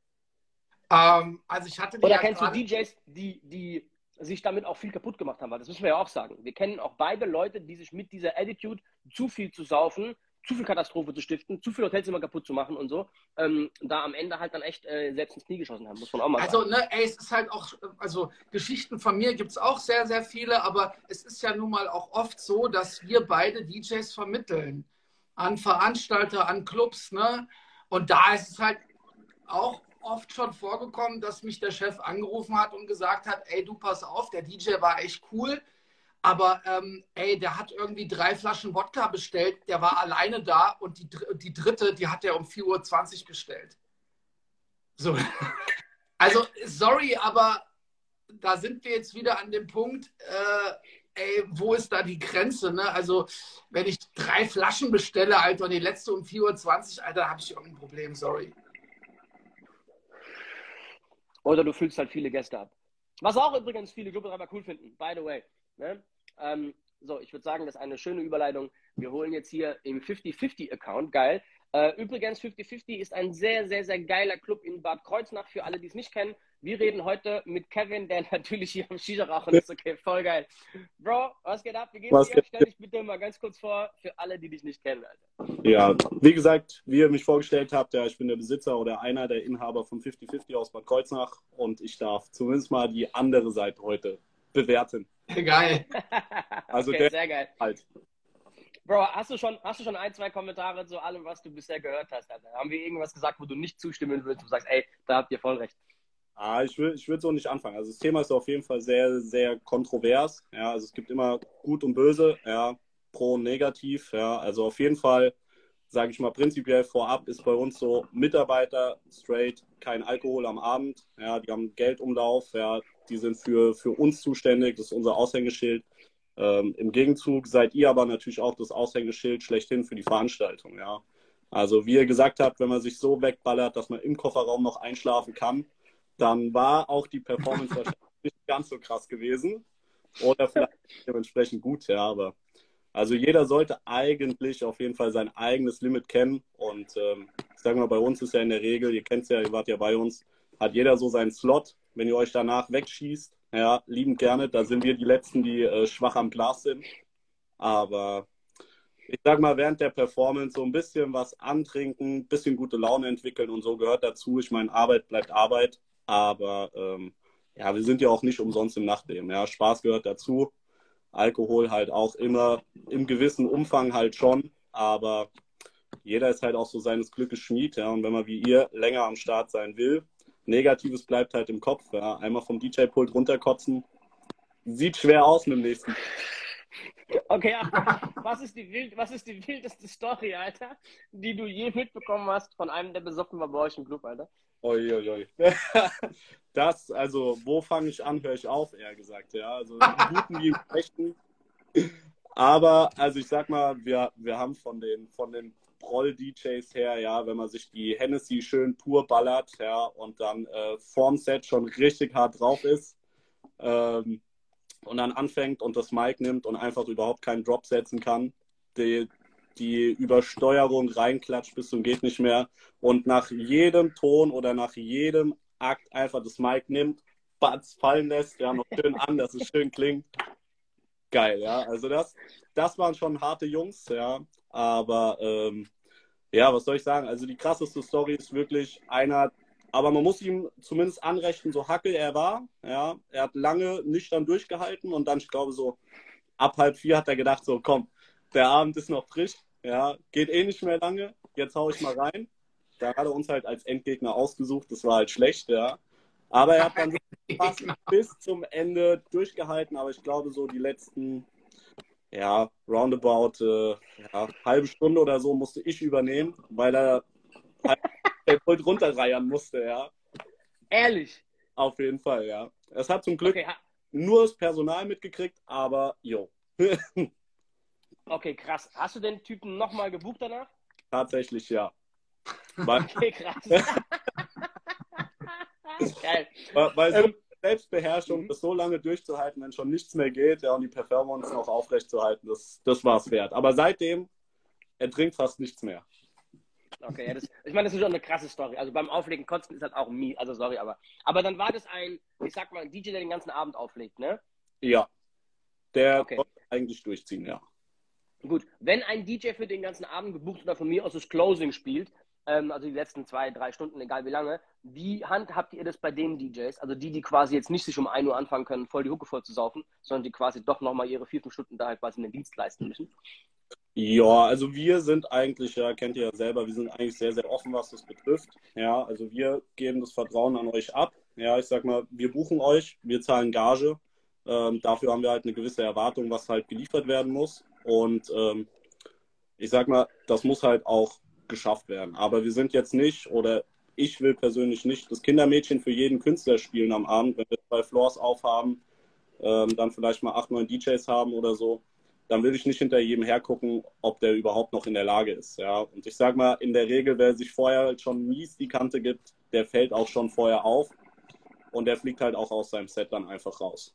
Ähm, also ich hatte die Oder ja kennst du grade... D Js, die, die sich damit auch viel kaputt gemacht haben? Weil das müssen wir ja auch sagen. Wir kennen auch beide Leute, die sich mit dieser Attitude, zu viel zu saufen, zu viel Katastrophe zu stiften, zu viele Hotels immer kaputt zu machen und so, ähm, da am Ende halt dann echt äh, selbst ins Knie geschossen haben, muss man auch mal also, sagen. Also, ne, ey, es ist halt auch, also Geschichten von mir gibt es auch sehr, sehr viele, aber es ist ja nun mal auch oft so, dass wir beide D Js vermitteln an Veranstalter, an Clubs, ne? Und da ist es halt auch oft schon vorgekommen, dass mich der Chef angerufen hat und gesagt hat, ey, du pass auf, der D J war echt cool, aber ähm, ey, der hat irgendwie drei Flaschen Wodka bestellt, der war alleine da und die, die dritte, die hat er um vier Uhr zwanzig bestellt. So. Also, sorry, aber da sind wir jetzt wieder an dem Punkt, äh, ey, wo ist da die Grenze, ne? Also, wenn ich drei Flaschen bestelle, Alter, und die letzte um vier Uhr zwanzig, Alter, habe ich irgendein Problem, sorry. Oder du füllst halt viele Gäste ab. Was auch übrigens viele Clubbetreiber cool finden, by the way. Ne? Ähm, so, ich würde sagen, das ist eine schöne Überleitung. Wir holen jetzt hier im fifty fifty Account, geil. Äh, übrigens, fifty fifty ist ein sehr, sehr, sehr geiler Club in Bad Kreuznach, für alle, die es nicht kennen. Wir reden heute mit Kevin, der natürlich hier am Shisha rauchen ist. Okay, voll geil. Bro, was geht ab? Wie geht's Was dir? geht? Stell dich bitte mal ganz kurz vor, für alle, die dich nicht kennen, Alter. Ja, wie gesagt, wie ihr mich vorgestellt habt, ja, ich bin der Besitzer oder einer der Inhaber von fifty fifty aus Bad Kreuznach und ich darf zumindest mal die andere Seite heute bewerten. Geil. Also Okay, der sehr geil. halt. Bro, hast du, schon, hast du schon ein, zwei Kommentare zu allem, was du bisher gehört hast, Alter? Haben wir irgendwas gesagt, wo du nicht zustimmen willst, wo du sagst, ey, da habt ihr voll recht? Ah, ich will, ich will so nicht anfangen. Also das Thema ist auf jeden Fall sehr, sehr kontrovers. Ja, also es gibt immer Gut und Böse, ja, Pro und Negativ. Ja, also auf jeden Fall, sage ich mal, prinzipiell vorab ist bei uns so Mitarbeiter straight, kein Alkohol am Abend. Ja, die haben Geldumlauf, ja, die sind für, für uns zuständig, das ist unser Aushängeschild. Ähm, Im Gegenzug seid ihr aber natürlich auch das Aushängeschild schlechthin für die Veranstaltung. Ja. Also wie ihr gesagt habt, wenn man sich so wegballert, dass man im Kofferraum noch einschlafen kann, dann war auch die Performance wahrscheinlich nicht ganz so krass gewesen. Oder vielleicht dementsprechend gut, ja. Aber also jeder sollte eigentlich auf jeden Fall sein eigenes Limit kennen. Und ähm, ich sage mal, bei uns ist ja in der Regel, ihr kennt es ja, ihr wart ja bei uns, hat jeder so seinen Slot. Wenn ihr euch danach wegschießt, ja, liebend gerne. Da sind wir die Letzten, die äh, schwach am Glas sind. Aber ich sag mal, während der Performance so ein bisschen was antrinken, ein bisschen gute Laune entwickeln und so gehört dazu. Ich meine, Arbeit bleibt Arbeit. Aber ähm, ja, wir sind ja auch nicht umsonst im Nachtleben. Ja. Spaß gehört dazu. Alkohol halt auch immer im gewissen Umfang halt schon. Aber jeder ist halt auch so seines Glückes Schmied. Ja. Und wenn man wie ihr länger am Start sein will, Negatives bleibt halt im Kopf. Ja. Einmal vom D J-Pult runterkotzen. Sieht schwer aus mit dem nächsten. Okay, was ist, die wild, was ist die wildeste Story, Alter, die du je mitbekommen hast von einem, der besoffen war bei euch im Club, Alter? Uiuiui. Das, also, wo fange ich an, höre ich auf, eher gesagt, ja. Also, im Guten wie im Schlechten. Aber, also, ich sag mal, wir, wir haben von den, von den Proll-D Js her, ja, wenn man sich die Hennessy schön pur ballert, ja, und dann äh, vorm Set schon richtig hart drauf ist, ähm, und dann anfängt und das Mic nimmt und einfach überhaupt keinen Drop setzen kann, die, die Übersteuerung reinklatscht bis zum geht nicht mehr und nach jedem Ton oder nach jedem Akt einfach das Mic nimmt, batz, fallen lässt, ja, noch schön an, dass es schön klingt. Geil, ja, also das, das waren schon harte Jungs, ja, aber ähm, ja, was soll ich sagen, also die krasseste Story ist wirklich einer, aber man muss ihm zumindest anrechnen, so hackel er war, ja, er hat lange nüchtern durchgehalten und dann, ich glaube so, ab halb vier hat er gedacht, so komm, der Abend ist noch frisch, ja, geht eh nicht mehr lange, jetzt hau ich mal rein. Da hat er uns halt als Endgegner ausgesucht, das war halt schlecht, ja. Aber er hat dann fast bis zum Ende durchgehalten, aber ich glaube so die letzten, ja, roundabout, äh, ja, halbe Stunde oder so musste ich übernehmen, weil er halt der Pult runterreiern musste, ja. Ehrlich? Auf jeden Fall, ja. Es hat zum Glück Okay, ha- nur das Personal mitgekriegt, aber jo. okay, krass. Hast du den Typen nochmal gebucht danach? Tatsächlich, ja. Weil, Okay, krass. Geil. weil, weil so Ähm, eine Selbstbeherrschung, das so lange durchzuhalten, wenn schon nichts mehr geht, ja, und die Performance noch aufrechtzuerhalten, das, das war es wert. Aber seitdem, er trinkt fast nichts mehr. Okay, ja, das, ich meine, das ist schon eine krasse Story. Also beim Auflegen kotzen ist halt auch mies, also sorry, aber. Aber dann war das ein, ich sag mal, ein D J, der den ganzen Abend auflegt, ne? Ja, der Okay. konnte eigentlich durchziehen, ja. Gut, wenn ein D J für den ganzen Abend gebucht oder von mir aus das Closing spielt, ähm, also die letzten zwei, drei Stunden, egal wie lange, wie handhabt ihr das bei den D Js? Also die, die quasi jetzt nicht sich um ein Uhr anfangen können, voll die Hucke voll zu saufen, sondern die quasi doch nochmal ihre vier, fünf Stunden da halt quasi einen Dienst leisten müssen? Ja, also wir sind eigentlich, ja, kennt ihr ja selber, wir sind eigentlich sehr, sehr offen, was das betrifft. Ja, also wir geben das Vertrauen an euch ab. Ja, ich sag mal, wir buchen euch, wir zahlen Gage. Ähm, dafür haben wir halt eine gewisse Erwartung, was halt geliefert werden muss. Und ähm, ich sag mal, das muss halt auch geschafft werden. Aber wir sind jetzt nicht, oder ich will persönlich nicht, das Kindermädchen für jeden Künstler spielen am Abend, wenn wir zwei Floors aufhaben, ähm, dann vielleicht mal acht, neun D Js haben oder so. Dann will ich nicht hinter jedem hergucken, ob der überhaupt noch in der Lage ist. Ja? Und ich sag mal, in der Regel, wer sich vorher schon mies die Kante gibt, der fällt auch schon vorher auf. und der fliegt halt auch aus seinem Set dann einfach raus.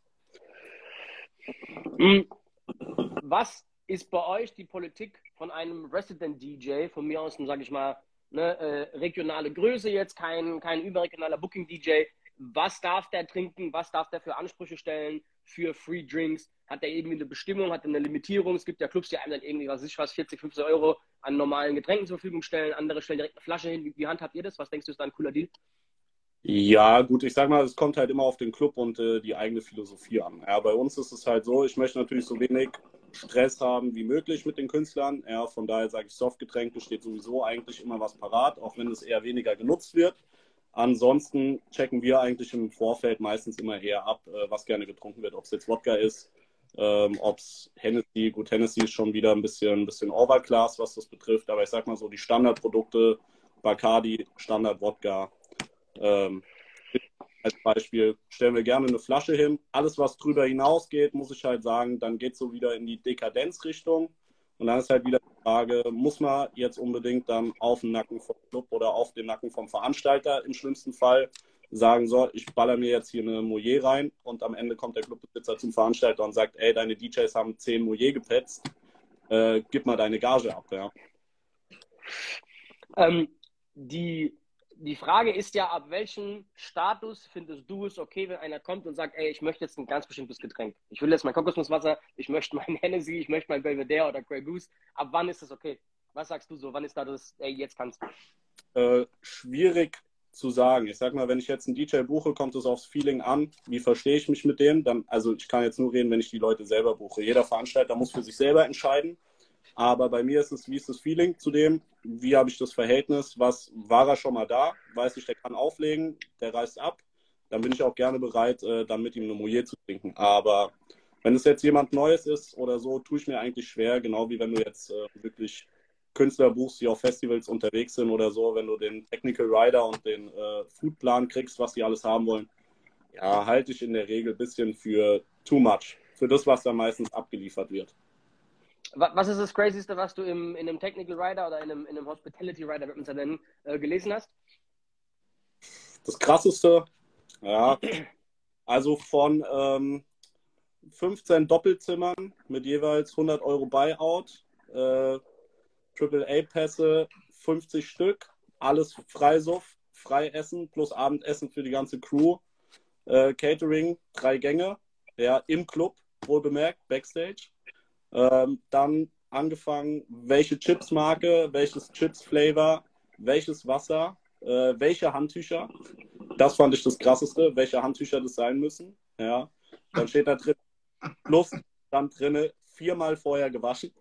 Was ist bei euch die Politik von einem Resident-D J, von mir aus, sage ich mal, ne, äh, regionale Größe jetzt, kein, kein überregionaler Booking-D J? Was darf der trinken? Was darf der für Ansprüche stellen für Free Drinks? Hat der irgendwie eine Bestimmung? Hat er eine Limitierung? Es gibt ja Clubs, die einem dann irgendwie, was weiß ich was, vierzig, fünfzig Euro an normalen Getränken zur Verfügung stellen. Andere stellen direkt eine Flasche hin. Wie, wie handhabt ihr das? Was denkst du, ist da ein cooler Deal? Ja, gut, ich sag mal, es kommt halt immer auf den Club und äh, die eigene Philosophie an. Ja, bei uns ist es halt so, ich möchte natürlich so wenig Stress haben wie möglich mit den Künstlern. Ja, von daher sage ich, Softgetränke steht sowieso eigentlich immer was parat, auch wenn es eher weniger genutzt wird. Ansonsten checken wir eigentlich im Vorfeld meistens immer eher ab, äh, was gerne getrunken wird, ob es jetzt Wodka ist, ähm, ob es Hennessy, gut, Hennessy ist schon wieder ein bisschen, ein bisschen Overclass, was das betrifft, aber ich sag mal so, die Standardprodukte, Bacardi, Standard-Wodka, ähm, als Beispiel stellen wir gerne eine Flasche hin. Alles, was drüber hinausgeht, muss ich halt sagen, dann geht es so wieder in die Dekadenzrichtung. Und dann ist halt wieder die Frage, muss man jetzt unbedingt dann auf den Nacken vom Club oder auf den Nacken vom Veranstalter im schlimmsten Fall sagen, so, ich baller mir jetzt hier eine Moyer rein und am Ende kommt der Clubbesitzer zum Veranstalter und sagt, ey, deine D Js haben zehn Moyer gepetzt, äh, gib mal deine Gage ab. Ja. Ähm, die Die Frage ist ja, ab welchem Status findest du es okay, wenn einer kommt und sagt, ey, ich möchte jetzt ein ganz bestimmtes Getränk. Ich will jetzt mein Kokosnusswasser, ich möchte mein Hennessy, ich möchte mein Belvedere oder Grey Goose. Ab wann ist das okay? Was sagst du so? Wann ist da das, ey, jetzt kannst du? Äh, schwierig zu sagen. Ich sag mal, wenn ich jetzt einen D J buche, kommt es aufs Feeling an. Wie verstehe ich mich mit dem? Dann, also ich kann jetzt nur reden, wenn ich die Leute selber buche. Jeder Veranstalter muss für sich selber entscheiden. Aber bei mir ist es, wie ist das Feeling zu dem? Wie habe ich das Verhältnis? Was war er schon mal da? Weiß ich, der kann auflegen, der reißt ab. Dann bin ich auch gerne bereit, äh, dann mit ihm eine Moyer zu trinken. Aber wenn es jetzt jemand Neues ist oder so, tue ich mir eigentlich schwer. Genau wie wenn du jetzt äh, wirklich Künstler buchst, die auf Festivals unterwegs sind oder so. Wenn du den Technical Rider und den äh, Foodplan kriegst, was die alles haben wollen, ja, halte ich in der Regel ein bisschen für too much. Für das, was da meistens abgeliefert wird. Was ist das Crazyste, was du im, in einem Technical Rider oder in einem, in einem Hospitality Rider, wird man es ja nennen, äh, gelesen hast? Das Krasseste, ja, also von ähm, fünfzehn Doppelzimmern mit jeweils hundert Euro Buyout, äh, Triple A-Pässe, fünfzig Stück, alles Freisuff, Freiessen plus Abendessen für die ganze Crew, äh, Catering, drei Gänge, ja, im Club, wohlbemerkt, Backstage. Ähm, dann angefangen, welche Chipsmarke, welches Chips-Flavor, welches Wasser, äh, welche Handtücher. Das fand ich das Krasseste, welche Handtücher das sein müssen. Ja. Dann steht da drin, plus dann drin viermal vorher gewaschen.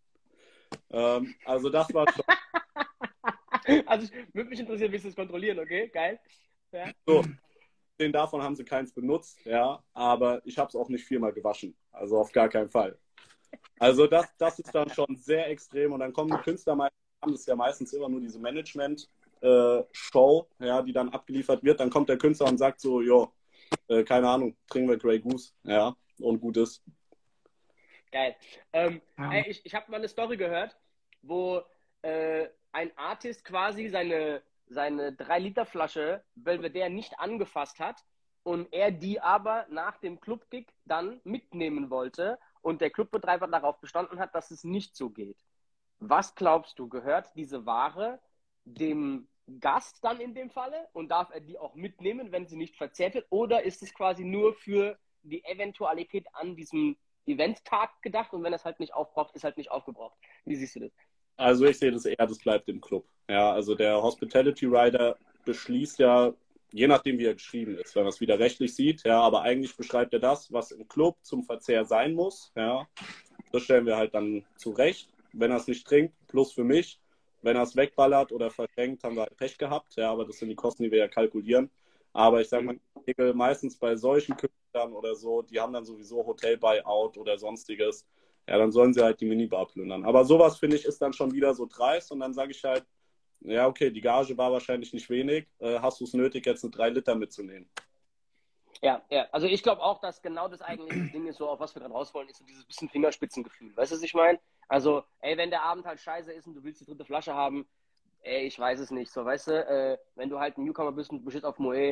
Ähm, also das war schon... Also ich würde mich interessieren, wie sie das kontrollieren, okay? Geil. Ja. So, den davon haben sie keins benutzt, ja, aber ich habe es auch nicht viermal gewaschen. Also auf gar keinen Fall. Also das, das ist dann schon sehr extrem und dann kommen die Künstler meistens, das ist ja meistens immer nur diese Management-Show, äh, ja, die dann abgeliefert wird. Dann kommt der Künstler und sagt so, jo, äh, keine Ahnung, trinken wir Grey Goose, ja, und gut ist. Geil. Ähm, ja. ey, ich ich habe mal eine Story gehört, wo äh, ein Artist quasi seine, seine drei Liter Flasche Belvedere nicht angefasst hat und er die aber nach dem Club-Gig dann mitnehmen wollte. Und der Clubbetreiber darauf bestanden hat, dass es nicht so geht. Was glaubst du, gehört diese Ware dem Gast dann in dem Falle und darf er die auch mitnehmen, wenn sie nicht verzehrt wird? Oder ist es quasi nur für die Eventualität an diesem Eventtag gedacht und wenn er es halt nicht aufbraucht, ist halt nicht aufgebraucht? Wie siehst du das? Also ich sehe das eher, das bleibt im Club. Ja, also der Hospitality Rider beschließt ja, je nachdem, wie er geschrieben ist, wenn man es wieder rechtlich sieht, ja, aber eigentlich beschreibt er das, was im Club zum Verzehr sein muss, ja, das stellen wir halt dann zurecht. Wenn er es nicht trinkt, plus für mich. Wenn er es wegballert oder verschenkt, haben wir halt Pech gehabt, ja, aber das sind die Kosten, die wir ja kalkulieren. Aber ich sage mal, meistens bei solchen Künstlern oder so, die haben dann sowieso Hotel-Buyout oder sonstiges, ja, dann sollen sie halt die Minibar plündern. Aber sowas, finde ich, ist dann schon wieder so dreist und dann sage ich halt, ja, okay, die Gage war wahrscheinlich nicht wenig. Äh, hast du es nötig, jetzt eine drei Liter mitzunehmen? Ja, ja. Also ich glaube auch, dass genau das eigentliche Ding ist, so auf was wir dann raus wollen, ist so dieses bisschen Fingerspitzengefühl. Weißt du, was ich meine? Also, ey, wenn der Abend halt scheiße ist und du willst die dritte Flasche haben, ey, ich weiß es nicht. So, weißt du, äh, wenn du halt ein Newcomer bist und du bist auf Moe,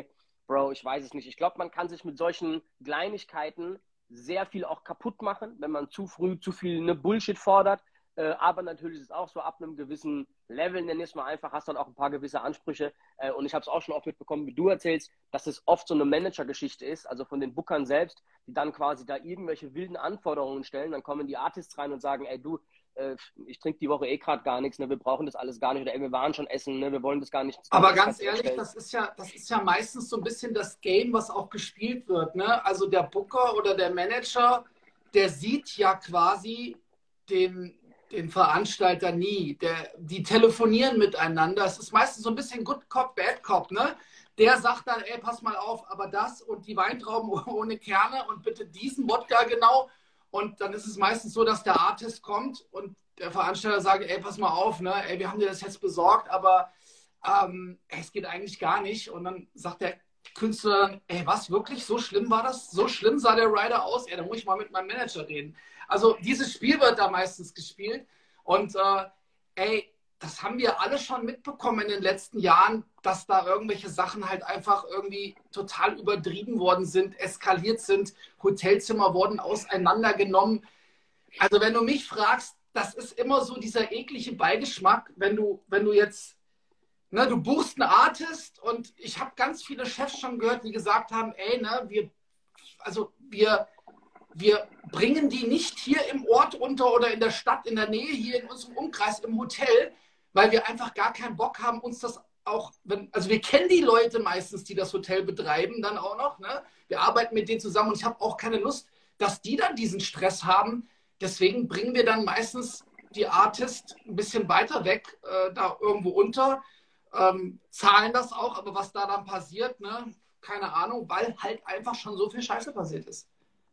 Bro, ich weiß es nicht. Ich glaube, man kann sich mit solchen Kleinigkeiten sehr viel auch kaputt machen, wenn man zu früh zu viel ne, Bullshit fordert. Äh, aber natürlich ist es auch so, ab einem gewissen Level, nenn ich es mal einfach, hast dann auch ein paar gewisse Ansprüche. Äh, und ich habe es auch schon oft mitbekommen, wie du erzählst, dass es oft so eine Manager-Geschichte ist, also von den Bookern selbst, die dann quasi da irgendwelche wilden Anforderungen stellen. Dann kommen die Artists rein und sagen, ey du, äh, ich trinke die Woche eh gerade gar nichts, ne, wir brauchen das alles gar nicht. Oder ey, wir waren schon essen, ne, wir wollen das gar nicht. Das Aber ganz ehrlich, das ist ja, das ist ja meistens so ein bisschen das Game, was auch gespielt wird. Ne? Also der Booker oder der Manager, der sieht ja quasi den den Veranstalter nie. Der, die telefonieren miteinander. Es ist meistens so ein bisschen Good Cop, Bad Cop, ne? Der sagt dann, ey, pass mal auf, aber das und die Weintrauben ohne Kerne und bitte diesen Wodka genau. Und dann ist es meistens so, dass der Artist kommt und der Veranstalter sagt, ey, pass mal auf, ne? Ey, wir haben dir das jetzt besorgt, aber ähm, ey, es geht eigentlich gar nicht. Und dann sagt der Künstler dann, ey, was, wirklich? So schlimm war das? So schlimm sah der Rider aus? Ja, dann muss ich mal mit meinem Manager reden. Also dieses Spiel wird da meistens gespielt und äh, ey, das haben wir alle schon mitbekommen in den letzten Jahren, dass da irgendwelche Sachen halt einfach irgendwie total übertrieben worden sind, eskaliert sind, Hotelzimmer wurden auseinandergenommen. Also wenn du mich fragst, das ist immer so dieser eklige Beigeschmack, wenn du, wenn du jetzt, ne, du buchst einen Artist und ich habe ganz viele Chefs schon gehört, die gesagt haben, ey, ne, wir, also wir Wir bringen die nicht hier im Ort unter oder in der Stadt, in der Nähe, hier in unserem Umkreis, im Hotel, weil wir einfach gar keinen Bock haben, uns das auch, wenn, also wir kennen die Leute meistens, die das Hotel betreiben, dann auch noch, ne? Wir arbeiten mit denen zusammen und ich habe auch keine Lust, dass die dann diesen Stress haben. Deswegen bringen wir dann meistens die Artist ein bisschen weiter weg, äh, da irgendwo unter, ähm, zahlen das auch, aber was da dann passiert, ne? Keine Ahnung, weil halt einfach schon so viel Scheiße passiert ist.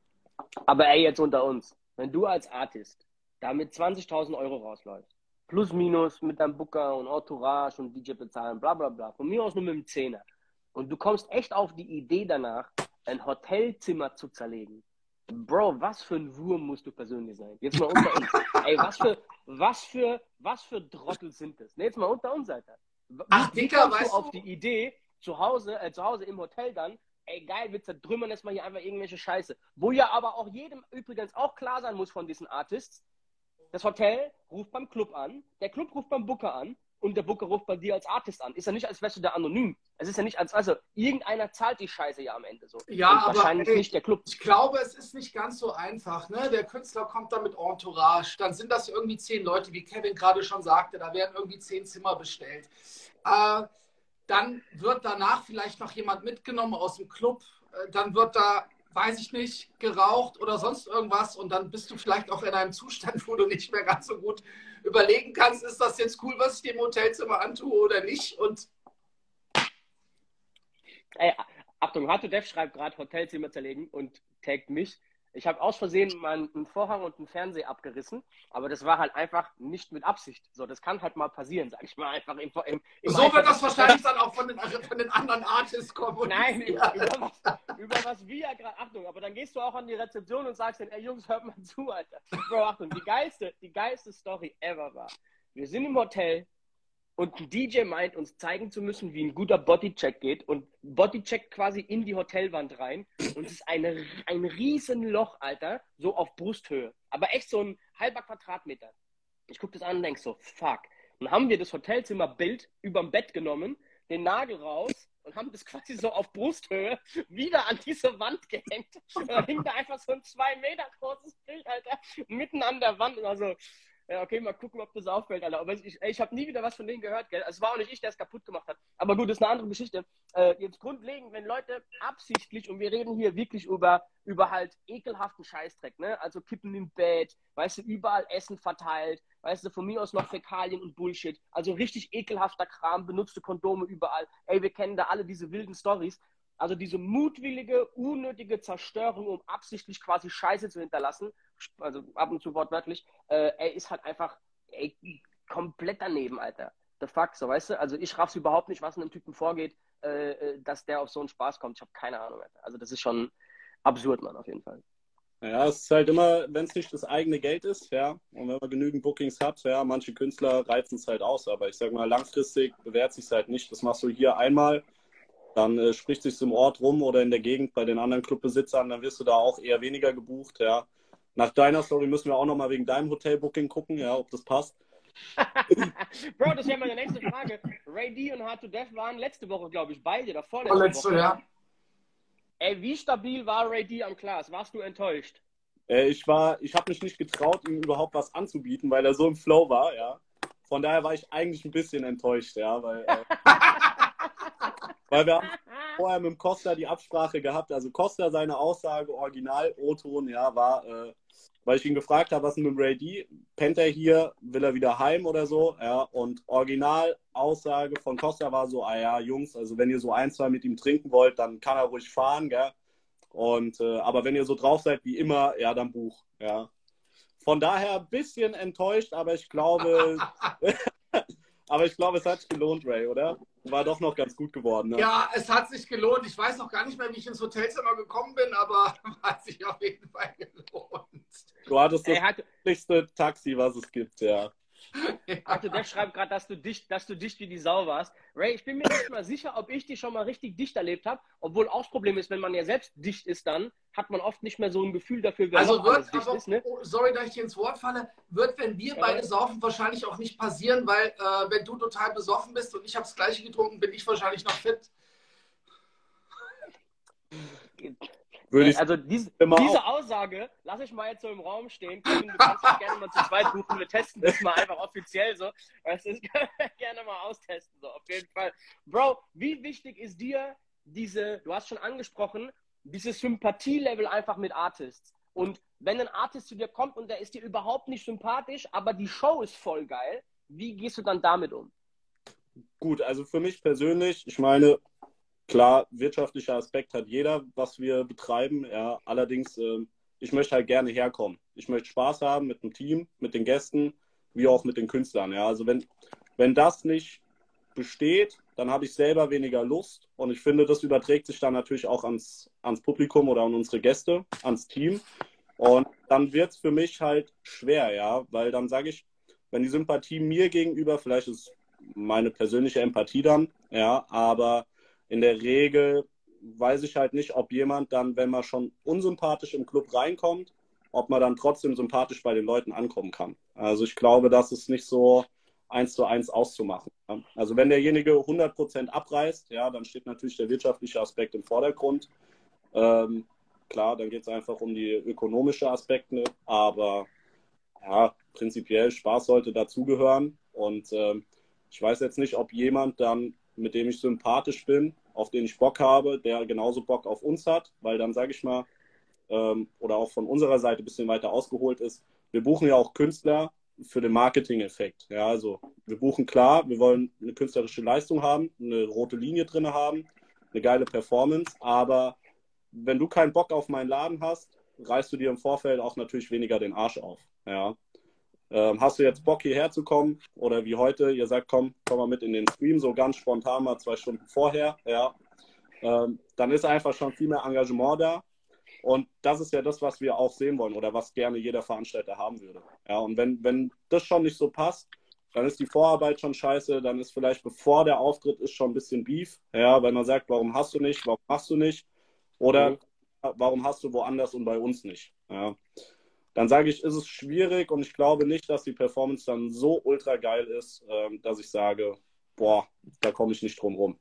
Aber ey, jetzt unter uns, wenn du als Artist da mit zwanzigtausend Euro rausläufst, plus minus mit deinem Booker und Entourage und D J bezahlen, bla bla bla, von mir aus nur mit dem Zehner, und du kommst echt auf die Idee danach, ein Hotelzimmer zu zerlegen, Bro, was für ein Wurm musst du persönlich sein? Jetzt mal unter uns. Ey, was für, was für, was für Trottel sind das? Ne, jetzt mal unter uns, Alter. Ach, Wie Dicker, kommst du weißt auf du, die Idee, zu Hause, äh, zu Hause im Hotel dann, ey, geil, wir zertrümmern jetzt mal hier einfach irgendwelche Scheiße. Wo ja aber auch jedem übrigens auch klar sein muss von diesen Artists, das Hotel ruft beim Club an, der Club ruft beim Booker an und der Booker ruft bei dir als Artist an. Ist ja nicht, als wärst du da anonym. Es ist ja nicht, als, also irgendeiner zahlt die Scheiße ja am Ende so. ja, Und aber wahrscheinlich ey, nicht der Club. ich glaube, es ist nicht ganz so einfach. Ne? Der Künstler kommt da mit Entourage, dann sind das irgendwie zehn Leute, wie Kevin gerade schon sagte, da werden irgendwie zehn Zimmer bestellt. Äh, dann wird danach vielleicht noch jemand mitgenommen aus dem Club, äh, dann wird da, weiß ich nicht, geraucht oder sonst irgendwas und dann bist du vielleicht auch in einem Zustand, wo du nicht mehr ganz so gut überlegen kannst, ist das jetzt cool, was ich dem Hotelzimmer antue oder nicht, und Ey, Achtung, Hard to Death schreibt gerade Hotelzimmer zerlegen und taggt mich. Ich habe aus Versehen mal einen Vorhang und einen Fernseher abgerissen, aber das war halt einfach nicht mit Absicht. So, das kann halt mal passieren, sag ich mal, einfach im, im, im so wird das wahrscheinlich dann auch von den, von den anderen Artists kommen. Nein, über, über, was, über was wir ja gerade, Achtung, aber dann gehst du auch an die Rezeption und sagst dann, ey Jungs, hört mal zu, Alter. Bro, Achtung, die geilste, die geilste Story ever war, wir sind im Hotel und ein D J meint, uns zeigen zu müssen, wie ein guter Bodycheck geht, und Bodycheck quasi in die Hotelwand rein, und es ist eine, ein riesen Loch, Alter, so auf Brusthöhe, aber echt so ein halber Quadratmeter. Ich gucke das an und denk so, fuck. Dann haben wir das Hotelzimmerbild überm Bett genommen, den Nagel raus und haben das quasi so auf Brusthöhe wieder an diese Wand gehängt. Und dann hing da einfach so ein zwei Meter großes Bild, Alter, mitten an der Wand. Und also, ja, okay, mal gucken, ob das auffällt, Alter. Aber ich, ich habe nie wieder was von denen gehört, gell. Also, es war auch nicht ich, der es kaputt gemacht hat. Aber gut, das ist eine andere Geschichte. Äh, jetzt grundlegend, wenn Leute absichtlich, und wir reden hier wirklich über, über halt ekelhaften Scheißdreck, ne? Also Kippen im Bett, weißt du, überall Essen verteilt, weißt du, von mir aus noch Fäkalien und Bullshit. Also richtig ekelhafter Kram, benutzte Kondome überall. Ey, wir kennen da alle diese wilden Storys. Also diese mutwillige, unnötige Zerstörung, um absichtlich quasi Scheiße zu hinterlassen, also ab und zu wortwörtlich, äh, ey, ist halt einfach, ey, komplett daneben, Alter. The fuck, so, weißt du? Also ich raff's überhaupt nicht, was in einem Typen vorgeht, äh, dass der auf so einen Spaß kommt. Ich habe keine Ahnung, Alter. Also das ist schon absurd, Mann, auf jeden Fall. Ja, es ist halt immer, wenn es nicht das eigene Geld ist, ja, und wenn man genügend Bookings hat, ja, manche Künstler reizen es halt aus, aber ich sag mal, langfristig bewährt sich halt nicht. Das machst du hier einmal dann äh, spricht sich's im Ort rum oder in der Gegend bei den anderen Clubbesitzern, dann wirst du da auch eher weniger gebucht, ja. Nach deiner Story müssen wir auch nochmal wegen deinem Hotelbooking gucken, ja, ob das passt. Bro, das wäre meine nächste Frage. Ray D und Hard to Death waren letzte Woche, glaube ich, beide, oder vorletzte Vorletzte, Woche. ja. Ey, wie stabil war Ray D am Glas? Warst du enttäuscht? Äh, ich war, ich habe mich nicht getraut, ihm überhaupt was anzubieten, weil er so im Flow war, ja. Von daher war ich eigentlich ein bisschen enttäuscht, ja, weil, äh, weil wir haben vorher mit dem Costa die Absprache gehabt. Also Costa, seine Aussage, Original, O-Ton, ja, war, äh, weil ich ihn gefragt habe, was ist mit dem Ray D? Pennt er hier? Will er wieder heim oder so? Ja, und Original-Aussage von Costa war so, ah ja, Jungs, also wenn ihr so ein, zwei mit ihm trinken wollt, dann kann er ruhig fahren, gell? Und, äh, aber wenn ihr so drauf seid wie immer, ja, dann Buch, ja. Von daher ein bisschen enttäuscht, aber ich glaube, aber ich glaube, es hat sich gelohnt, Ray, oder? War doch noch ganz gut geworden, ne? Ja, es hat sich gelohnt. Ich weiß noch gar nicht mehr, wie ich ins Hotelzimmer gekommen bin, aber hat sich auf jeden Fall gelohnt. Du hattest das Ey, hat, billigste Taxi, was es gibt, ja. Also der schreibt gerade, dass du dicht, dass du dicht wie die Sau warst. Ray, ich bin mir nicht mal sicher, ob ich dich schon mal richtig dicht erlebt habe, obwohl auch das Problem ist, wenn man ja selbst dicht ist, dann hat man oft nicht mehr so ein Gefühl dafür, wer Also noch wird, alles dicht aber, ist, ne? oh, sorry, dass ich dir ins Wort falle, wird, wenn wir Ja. beide saufen, wahrscheinlich auch nicht passieren, weil äh, wenn du total besoffen bist und ich habe das Gleiche getrunken, bin ich wahrscheinlich noch fit. Würde ich Also diese, immer diese Aussage lasse ich mal jetzt so im Raum stehen. Kevin, du kannst dich gerne mal zu zweit buchen. Wir testen das mal einfach offiziell so. Das ist, können wir gerne mal austesten, so auf jeden Fall. Bro, wie wichtig ist dir diese, du hast schon angesprochen, dieses Sympathielevel einfach mit Artists? Und wenn ein Artist zu dir kommt und der ist dir überhaupt nicht sympathisch, aber die Show ist voll geil, wie gehst du dann damit um? Gut, also für mich persönlich, ich meine, klar, wirtschaftlicher Aspekt hat jeder, was wir betreiben. Ja, allerdings, äh, ich möchte halt gerne herkommen. Ich möchte Spaß haben mit dem Team, mit den Gästen, wie auch mit den Künstlern. Ja, also wenn, wenn das nicht besteht, dann habe ich selber weniger Lust. Und ich finde, das überträgt sich dann natürlich auch ans, ans Publikum oder an unsere Gäste, ans Team. Und dann wird es für mich halt schwer, ja, weil dann sage ich, wenn die Sympathie mir gegenüber, vielleicht ist meine persönliche Empathie dann, ja, aber in der Regel weiß ich halt nicht, ob jemand dann, wenn man schon unsympathisch im Club reinkommt, ob man dann trotzdem sympathisch bei den Leuten ankommen kann. Also ich glaube, das ist nicht so eins zu eins auszumachen. Also wenn derjenige hundert Prozent abreißt, ja, dann steht natürlich der wirtschaftliche Aspekt im Vordergrund. Ähm, klar, dann geht es einfach um die ökonomischen Aspekte, aber ja, prinzipiell Spaß sollte dazugehören. Und ähm, ich weiß jetzt nicht, ob jemand dann, mit dem ich sympathisch bin, auf den ich Bock habe, der genauso Bock auf uns hat, weil dann sage ich mal, ähm, oder auch von unserer Seite ein bisschen weiter ausgeholt ist, wir buchen ja auch Künstler für den Marketing-Effekt. Ja, also wir buchen klar, wir wollen eine künstlerische Leistung haben, eine rote Linie drin haben, eine geile Performance, aber wenn du keinen Bock auf meinen Laden hast, reißt du dir im Vorfeld auch natürlich weniger den Arsch auf. Ja. Ähm, hast du jetzt Bock, hierher zu kommen? Oder wie heute, ihr sagt, komm, komm mal mit in den Stream, so ganz spontan mal zwei Stunden vorher. Ja. Ähm, dann ist einfach schon viel mehr Engagement da. Und das ist ja das, was wir auch sehen wollen oder was gerne jeder Veranstalter haben würde. Ja, und wenn, wenn das schon nicht so passt, dann ist die Vorarbeit schon scheiße, dann ist vielleicht bevor der Auftritt ist schon ein bisschen Beef, ja, weil man sagt, warum hast du nicht, warum machst du nicht? Oder mhm. warum hast du woanders und bei uns nicht? Ja. Dann sage ich, ist es schwierig und ich glaube nicht, dass die Performance dann so ultra geil ist, dass ich sage, boah, da komme ich nicht drum rum.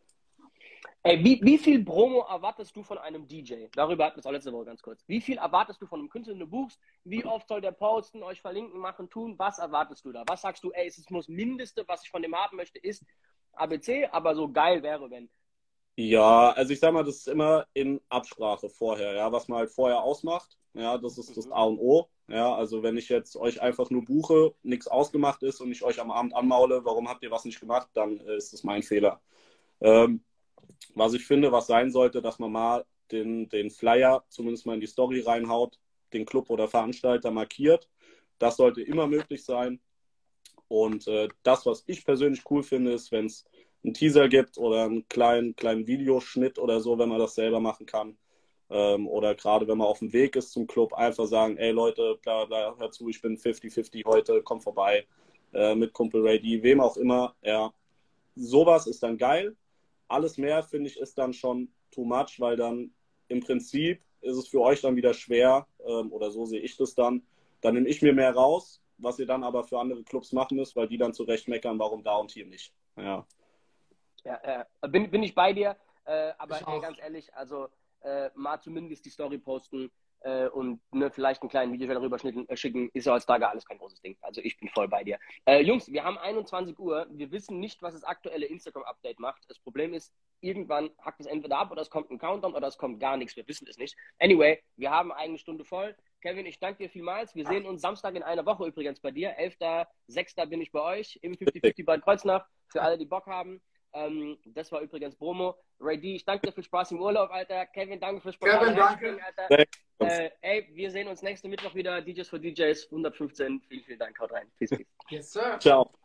Ey, wie, wie viel Promo erwartest du von einem D J? Darüber hatten wir es auch letzte Woche ganz kurz. Wie viel erwartest du von einem Künstler, den du buchst? Wie oft soll der posten, euch verlinken, machen, tun? Was erwartest du da? Was sagst du, ey, es muss Mindeste, was ich von dem haben möchte, ist A B C, aber so geil wäre, wenn. Ja, also ich sag mal, das ist immer in Absprache vorher, ja, was man halt vorher ausmacht. Ja, das ist das A und O. Ja, also wenn ich jetzt euch einfach nur buche, nichts ausgemacht ist und ich euch am Abend anmaule, warum habt ihr was nicht gemacht, dann äh, ist das mein Fehler. Ähm, was ich finde, was sein sollte, dass man mal den, den Flyer zumindest mal in die Story reinhaut, den Club oder Veranstalter markiert. Das sollte immer möglich sein. Und äh, das, was ich persönlich cool finde, ist, wenn es einen Teaser gibt oder einen kleinen, kleinen Videoschnitt oder so, wenn man das selber machen kann. Ähm, oder gerade wenn man auf dem Weg ist zum Club, einfach sagen, ey Leute, bla bla, hör zu, ich bin fünfzig fünfzig heute, komm vorbei, äh, mit Kumpel Ray D, wem auch immer. Ja, sowas ist dann geil. alles mehr, finde ich, ist dann schon too much, weil dann im Prinzip ist es für euch dann wieder schwer, ähm, oder so sehe ich das dann. Dann nehme ich mir mehr raus, was ihr dann aber für andere Clubs machen müsst, weil die dann zurecht meckern, warum da und hier nicht. Ja, ja äh, bin, bin ich bei dir, äh, aber Ich ey, auch. ganz ehrlich, also äh, mal zumindest die Story posten äh, und ne, vielleicht einen kleinen Video darüber schnitten, äh, schicken, ist ja heutzutage alles kein großes Ding. Also ich bin voll bei dir. Äh, Jungs, wir haben einundzwanzig Uhr, wir wissen nicht, was das aktuelle Instagram-Update macht. Das Problem ist, irgendwann hackt es entweder ab oder es kommt ein Countdown oder es kommt gar nichts. Wir wissen es nicht. Anyway, wir haben eine Stunde voll. Kevin, ich danke dir vielmals. Wir sehen uns Samstag in einer Woche übrigens bei dir. elfter sechster bin ich bei euch im fünfzig fünfzig bei Kreuznach. Für alle, die Bock haben. Ähm, das war übrigens Bromo. Ray D, ich danke dir für Spaß im Urlaub, Alter. Kevin, danke für Spaß. Kevin, danke. Alter. Äh, ey, wir sehen uns nächsten Mittwoch wieder. D Js for D Js hundertfünfzehn. Vielen, vielen Dank. Haut rein. Peace, peace. Yes, sir. ciao.